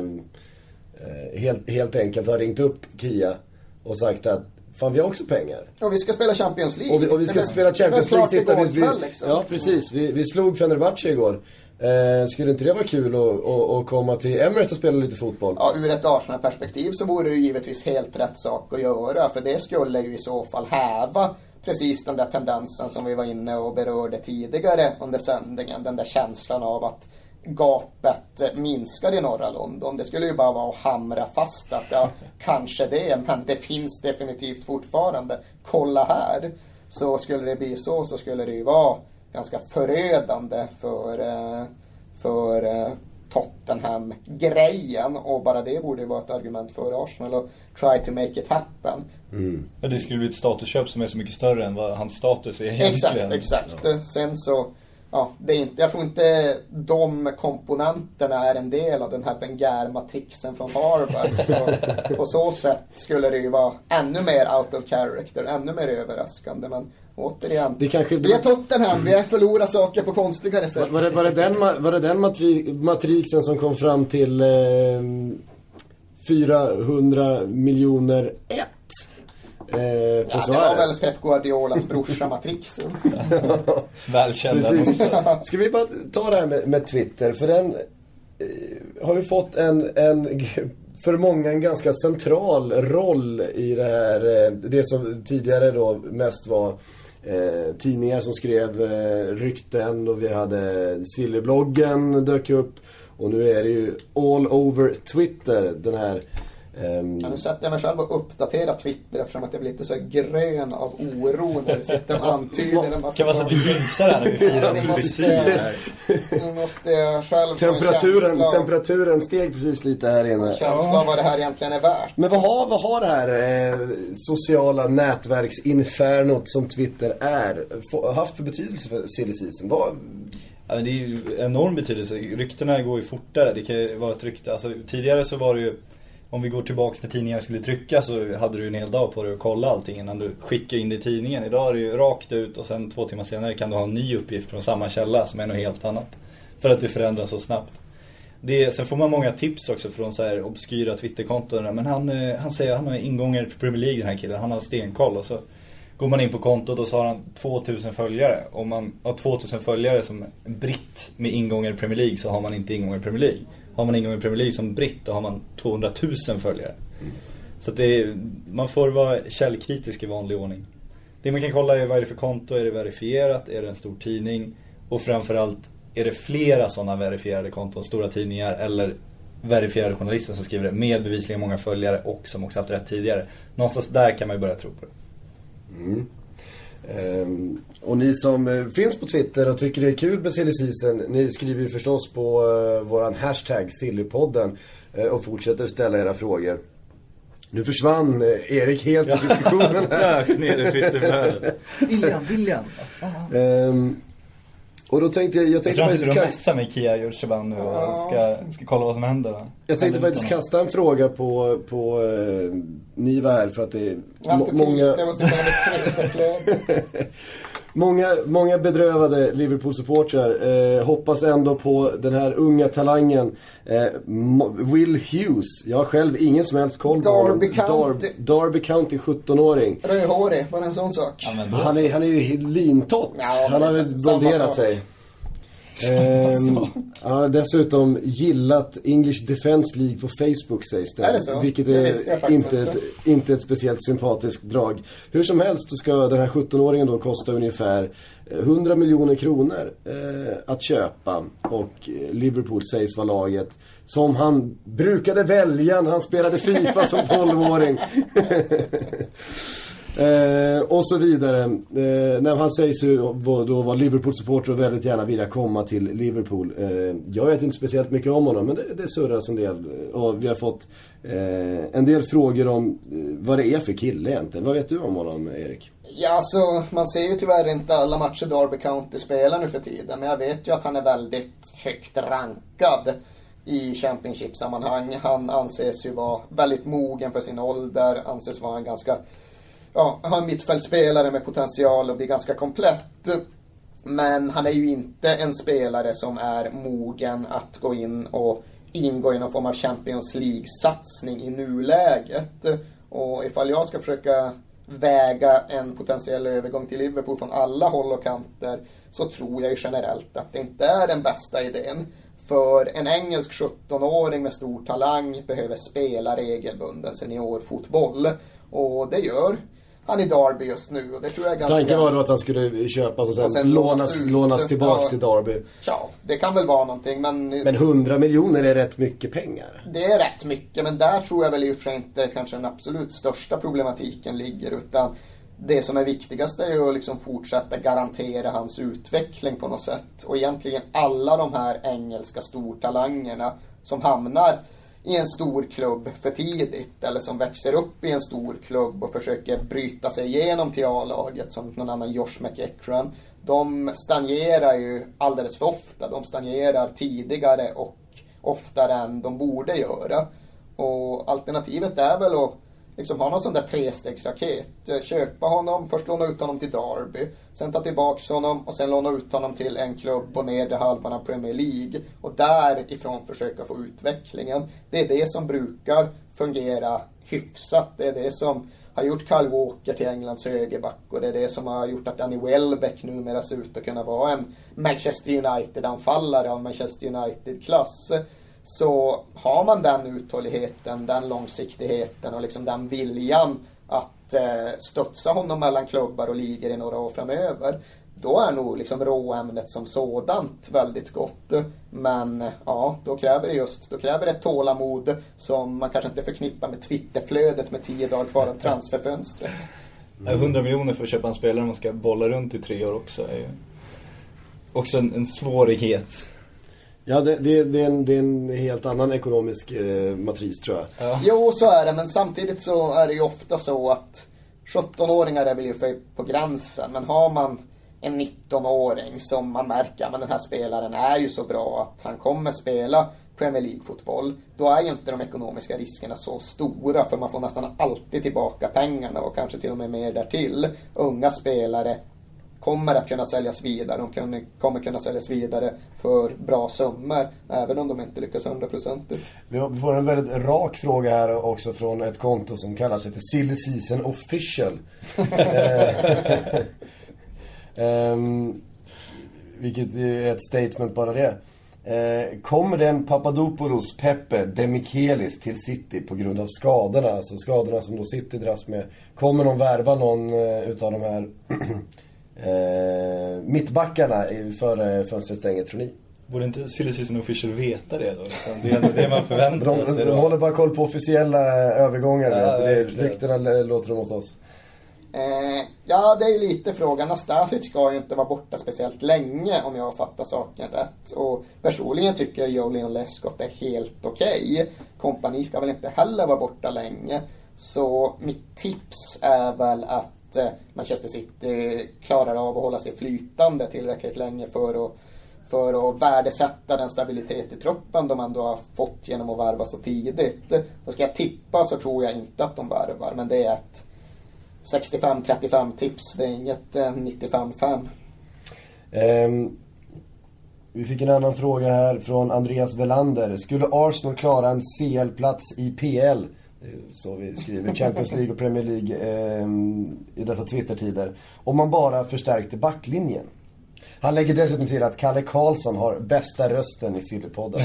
Speaker 1: helt enkelt har ringt upp Kia och sagt att fan, vi har också pengar.
Speaker 2: Och vi ska spela Champions League.
Speaker 1: Och vi ska spela Champions League.
Speaker 2: Liksom.
Speaker 1: Ja, precis. Vi slog Fenerbahce igår. Skulle inte det vara kul att komma till Emirates och spela lite fotboll?
Speaker 2: Ja, ur ett Arsenal-perspektiv så vore det givetvis helt rätt sak att göra. För det skulle ju i så fall häva precis den där tendensen som vi var inne och berörde tidigare under sändningen. Den där känslan av att gapet minskar i norra London. Det skulle ju bara vara att hamra fast att ja, kanske det, men det finns definitivt fortfarande. Kolla här. Så skulle det bli så skulle det ju vara ganska förödande för Tottenham-grejen. Och bara det borde ju vara ett argument för Arsenal och try to make it happen.
Speaker 3: Ja, det skulle bli ett statusköp som är så mycket större än vad hans status är egentligen.
Speaker 2: Exakt. Ja. Sen så ja, det är inte, jag tror inte de komponenterna är en del av den här Wenger-matrixen från Harvard. Så på så sätt skulle det ju vara ännu mer out of character, ännu mer överraskande. Men återigen, vi är Tottenham, vi förlorar saker på konstigare sätt.
Speaker 1: Var det den matrixen som kom fram till 400 miljoner
Speaker 2: det var väl Pep Guardiolas brorsa matrixen.
Speaker 3: Välkända.
Speaker 1: Ska vi bara ta det här med Twitter, för den har ju fått en för många en ganska central roll i det här, det som tidigare då mest var tidningar som skrev rykten, och vi hade Sillybloggen dök upp, och nu är det ju all over Twitter, den här
Speaker 2: nu sätter jag mig själv och uppdaterar Twitter eftersom att jag blir lite så grön av oro när det sitter och antyder en massa
Speaker 3: kan man sätta jinxar här när vi firar
Speaker 2: nu måste jag själv
Speaker 1: temperaturen steg precis lite här inne.
Speaker 2: Känsla av vad det här egentligen är värt.
Speaker 1: Men vad har det här sociala nätverksinfernot som Twitter haft för betydelse för silly season?
Speaker 3: Ja, men det är ju enorm betydelse. Ryktena går ju fortare. Det kan ju vara ett rykte. Alltså, tidigare så var det ju, om vi går tillbaka till tidningen skulle trycka, så hade du en hel dag på dig att kolla allting innan du skickade in det i tidningen. Idag är det ju rakt ut, och sen 2 timmar senare kan du ha en ny uppgift från samma källa som är något helt annat. För att det förändras så snabbt. Sen får man många tips också från så här obskyra Twitterkonton. Men han säger att han har ingångar till Premier League, den här killen. Han har stenkoll, och så går man in på kontot och så har han 2000 följare. Om man har 2000 följare som britt med ingångar i Premier League, så har man inte ingångar i Premier League. Har man ingångar i Premier League som britt, då har man 200 000 följare. Så att man får vara källkritisk i vanlig ordning. Det man kan kolla är vad är det för konto, är det verifierat, är det en stor tidning, och framförallt är det flera sådana verifierade konton, stora tidningar eller verifierade journalister som skriver det med bevisligen många följare och som också haft rätt tidigare. Någonstans där kan man ju börja tro på det.
Speaker 1: Och ni som finns på Twitter och tycker det är kul med silly season, ni skriver ju förstås på våran hashtag Sillypodden och fortsätter ställa era frågor. Nu försvann Erik helt i diskussionen här.
Speaker 3: Ner i Twitterflödet.
Speaker 2: William.
Speaker 1: Och då tänkte jag
Speaker 3: tror han sitter och mässar med Kia Jurcheban nu och ska kolla vad som händer då.
Speaker 1: Jag tänkte faktiskt kasta en fråga på Niva här för att det är många... många bedrövade Liverpool-supportrar hoppas ändå på den här unga talangen Will Hughes. Jag har själv ingen som helst koll på honom. Derby County 17-åring.
Speaker 2: Rödhårig, var det en sån sak?
Speaker 3: Ja,
Speaker 1: han är ju lintott.
Speaker 2: Ja,
Speaker 1: han har väl blonderat sig. Ja, dessutom gillat English Defence League på Facebook sägs det.
Speaker 2: Är det så?
Speaker 1: Vilket är inte ett speciellt sympatiskt drag. Hur som helst så ska den här 17-åringen då kosta ungefär 100 miljoner kronor att köpa. Och Liverpool sägs vara laget som han brukade välja när han spelade FIFA som 12-åring. Och så vidare. När han sägs ju då var Liverpool-supporter och väldigt gärna vilja komma till Liverpool. Jag vet inte speciellt mycket om honom, men det surras en del. Och vi har fått en del frågor om vad det är för kille egentligen. Vad vet du om honom, Erik?
Speaker 2: Ja, alltså, man ser ju tyvärr inte alla matcher Derby County spelar nu för tiden. Men jag vet ju att han är väldigt högt rankad i Championship-sammanhang. Han anses ju vara väldigt mogen för sin ålder. Anses vara en ganska... har en mittfältspelare med potential och blir ganska komplett. Men han är ju inte en spelare som är mogen att ingå i någon form av Champions League-satsning i nuläget. Och ifall jag ska försöka väga en potentiell övergång till Liverpool från alla håll och kanter, så tror jag ju generellt att det inte är den bästa idén. För en engelsk 17-åring med stor talang behöver spela regelbunden seniorfotboll. Och det gör han i Derby just nu, och det tror jag är ganska...
Speaker 1: Tanken var då att han skulle köpas och sen lånas tillbaks till Derby.
Speaker 2: Ja, det kan väl vara någonting, men
Speaker 1: 100 miljoner är rätt mycket pengar.
Speaker 2: Det är rätt mycket, men där tror jag väl i och för sig inte kanske den absolut största problematiken ligger, utan det som är viktigast är ju att liksom fortsätta garantera hans utveckling på något sätt. Och egentligen alla de här engelska stortalangerna som hamnar i en stor klubb för tidigt, eller som växer upp i en stor klubb och försöker bryta sig igenom till A-laget, som någon annan Josh McEachran, de stagnerar ju alldeles för ofta. De stagnerar tidigare och oftare än de borde göra. Och alternativet är väl att liksom ha någon sån där trestegsraket. Köpa honom, först låna ut honom till Derby, sen ta tillbaka honom och sen låna ut honom till en klubb på nedre halvan av Premier League och därifrån försöka få utvecklingen. Det är det som brukar fungera hyfsat. Det är det som har gjort Kyle Walker till Englands högerback, och det är det som har gjort att Danny Welbeck numera ser ut att kunna vara en Manchester United-anfallare av Manchester United-klass. Så har man den uthålligheten, den långsiktigheten och liksom den viljan att stötsa honom mellan klubbar och ligor i några år framöver, då är nog liksom råämnet som sådant väldigt gott. Men ja, då kräver det ett tålamod som man kanske inte förknippar med Twitterflödet med 10 dagar kvar av transferfönstret.
Speaker 3: 100 miljoner för att köpa en spelare man ska bolla runt i 3 år också är ju också en svårighet. Ja,
Speaker 1: det är en helt annan ekonomisk matris, tror jag.
Speaker 2: Ja. Jo, så är det, men samtidigt så är det ju ofta så att 17-åringar är väl ju på gränsen, men har man en 19-åring som man märker, men den här spelaren är ju så bra att han kommer spela Premier League-fotboll, då är ju inte de ekonomiska riskerna så stora, för man får nästan alltid tillbaka pengarna och kanske till och med mer därtill. Unga spelare kommer att kunna säljas vidare. De kommer kunna säljas vidare för bra summor, även om de inte lyckas 100%.
Speaker 1: Vi får en väldigt rak fråga här också från ett konto som kallar sig för Silly Season Official. Vilket är ett statement bara det. Kommer den Papadopoulos, Pepe, Demichelis till City på grund av skadorna? Alltså skadorna som då City dras med. Kommer de värva någon utav de här mittbackarna före fönstret stänger, tror ni?
Speaker 3: Borde inte Silly Season Official veta det då? Det är ändå det man förväntar sig.
Speaker 1: De håller bara koll på officiella övergångar. Ryktena låter de åt oss.
Speaker 2: Ja, det är ju lite frågan. Nastasic ska ju inte vara borta speciellt länge, om jag fattar saken rätt. Och personligen tycker jag Julian Lescott är helt okej. Kompani ska väl inte heller vara borta länge. Så mitt tips är väl att Manchester City klarar av att hålla sig flytande tillräckligt länge för att värdesätta den stabilitet i truppen de ändå har fått genom att värva så tidigt. Så ska jag tippa så tror jag inte att de värvar, men det är ett 65-35 tips, det är inget 95-5.
Speaker 1: Vi fick en annan fråga här från Andreas Velander. Skulle Arsenal klara en CL-plats i PL? Så vi skriver Champions League och Premier League i dessa Twitter-tider. Om man bara förstärkte backlinjen. Han lägger dessutom till att Kalle Karlsson har bästa rösten i Sillypodden.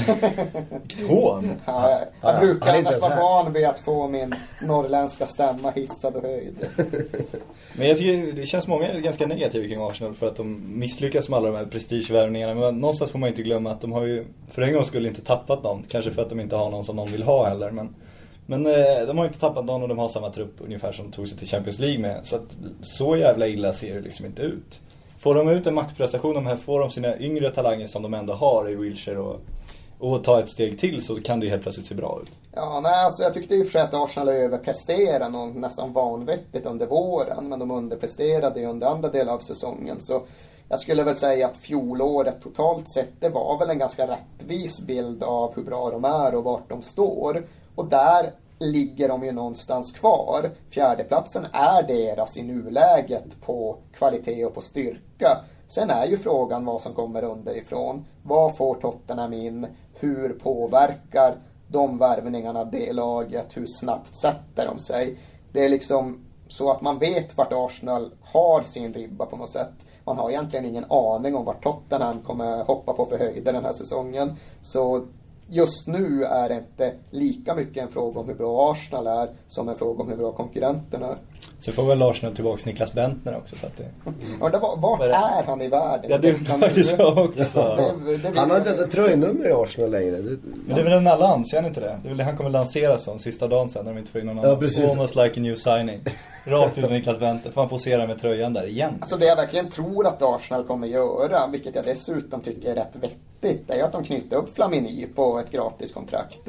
Speaker 2: Jag brukar annars vara van vid att få min norrländska stämma hissad och höjd.
Speaker 3: Men jag tycker det känns många ganska negativa kring Arsenal för att de misslyckas med alla de här prestigevärvningarna. Men någonstans får man inte glömma att de har ju för en gång skulle inte tappat någon. Kanske för att de inte har någon som de vill ha heller. Men de har inte tappat någon och de har samma trupp ungefär som tog sig till Champions League med. Så att så jävla illa ser det liksom inte ut. Får de ut en maktprestation, de här får de sina yngre talanger som de ändå har i Wilshere och ta ett steg till, så kan det ju helt plötsligt se bra ut.
Speaker 2: Ja, nej, alltså jag tyckte ju för att Arsenal överpresterade något nästan vanvettigt under våren, men de underpresterade ju under andra delar av säsongen. Så jag skulle väl säga att fjolåret totalt sett, det var väl en ganska rättvis bild av hur bra de är och vart de står. Och där ligger de ju någonstans kvar. Fjärdeplatsen är deras i nuläget på kvalitet och på styrka. Sen är ju frågan vad som kommer underifrån. Vad får Tottenham in? Hur påverkar de värvningarna det laget? Hur snabbt sätter de sig? Det är liksom så att man vet vart Arsenal har sin ribba på något sätt. Man har egentligen ingen aning om vart Tottenham kommer hoppa på för höjder den här säsongen. Så just nu är det inte lika mycket en fråga om hur bra Arsenal är som en fråga om hur bra konkurrenterna är.
Speaker 3: Så får väl Arsenal tillbaka Niklas Bentner också. Så att det...
Speaker 2: Ja, vart är han i världen?
Speaker 3: Ja, det är faktiskt så också.
Speaker 1: Han har inte ens ett tröjnummer i Arsenal längre.
Speaker 3: Men det är väl en allans, är inte det? Det är väl det han kommer lansera som sista dagen sen när de inte får in någon annan.
Speaker 1: Precis.
Speaker 3: Almost like a new signing. Rakt ut med Niklas Bentner. Får han posera med tröjan där igen.
Speaker 2: Alltså det jag verkligen tror att Arsenal kommer göra, vilket jag dessutom tycker är rätt vettigt, är att de knyter upp Flamini på ett gratiskontrakt.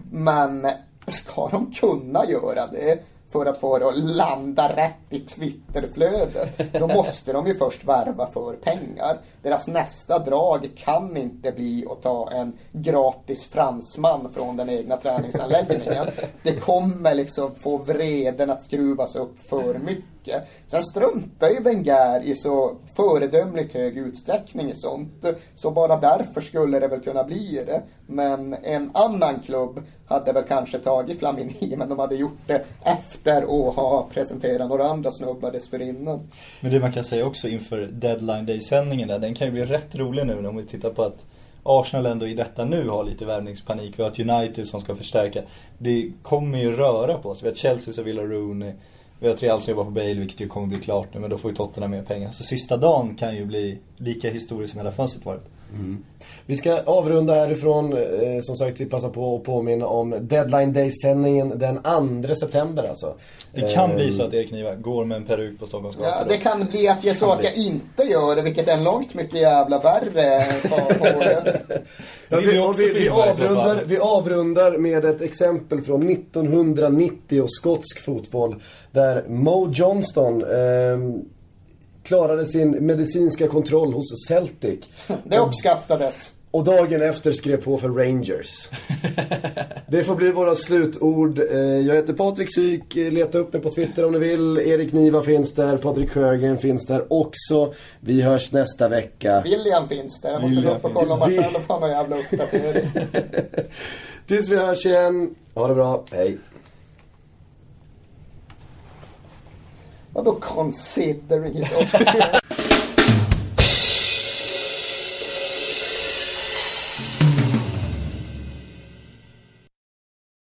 Speaker 2: Men ska de kunna göra det för att få det att landa rätt i Twitterflödet, då måste de ju först värva för pengar. Deras nästa drag kan inte bli att ta en gratis fransman från den egna träningsanläggningen. Det kommer liksom få vreden att skruvas upp för mycket. Sen struntar ju Wenger i så föredömligt hög utsträckning i sånt. Så bara därför skulle det väl kunna bli det. Men en annan klubb hade väl kanske tagit Flamini, men de hade gjort det efter att ha presenterat några andra snubbar dessförinnan.
Speaker 3: Men det man kan säga också inför Deadline Day-sändningen där, den kan ju bli rätt rolig nu om vi tittar på att Arsenal ändå i detta nu har lite värvningspanik. Vi har ett United som ska förstärka. Det kommer ju röra på oss. Vi har Chelsea som vill ha Rooney. Vi har Real som jobbar på Bale, vilket ju kommer bli klart nu. Men då får ju Tottenham mer pengar. Så sista dagen kan ju bli lika historiskt som hela fönstret varit.
Speaker 1: Mm. Vi ska avrunda härifrån. Som sagt, vi passar på att påminna om Deadline Day-sändningen den 2 september alltså.
Speaker 3: Det kan bli så att Erik Niva går med en peruk på Stockholms gator.
Speaker 2: Ja, det kan bli att jag så att jag inte gör det, vilket är långt mycket jävla värre.
Speaker 1: Vi avrundar med ett exempel från 1990 och skotsk fotboll där Mo Johnston klarade sin medicinska kontroll hos Celtic.
Speaker 2: Det uppskattades.
Speaker 1: Och dagen efter skrev på för Rangers. Det får bli våra slutord. Jag heter Patrik Syk. Leta upp mig på Twitter om ni vill. Erik Niva finns där. Patrik Sjögren finns där också. Vi hörs nästa vecka.
Speaker 2: William finns där. Jag måste gå upp och kolla om man själv har någon jävla uppdatering.
Speaker 1: Tills vi hörs igen. Ha det bra. Hej.
Speaker 2: Vadå considering?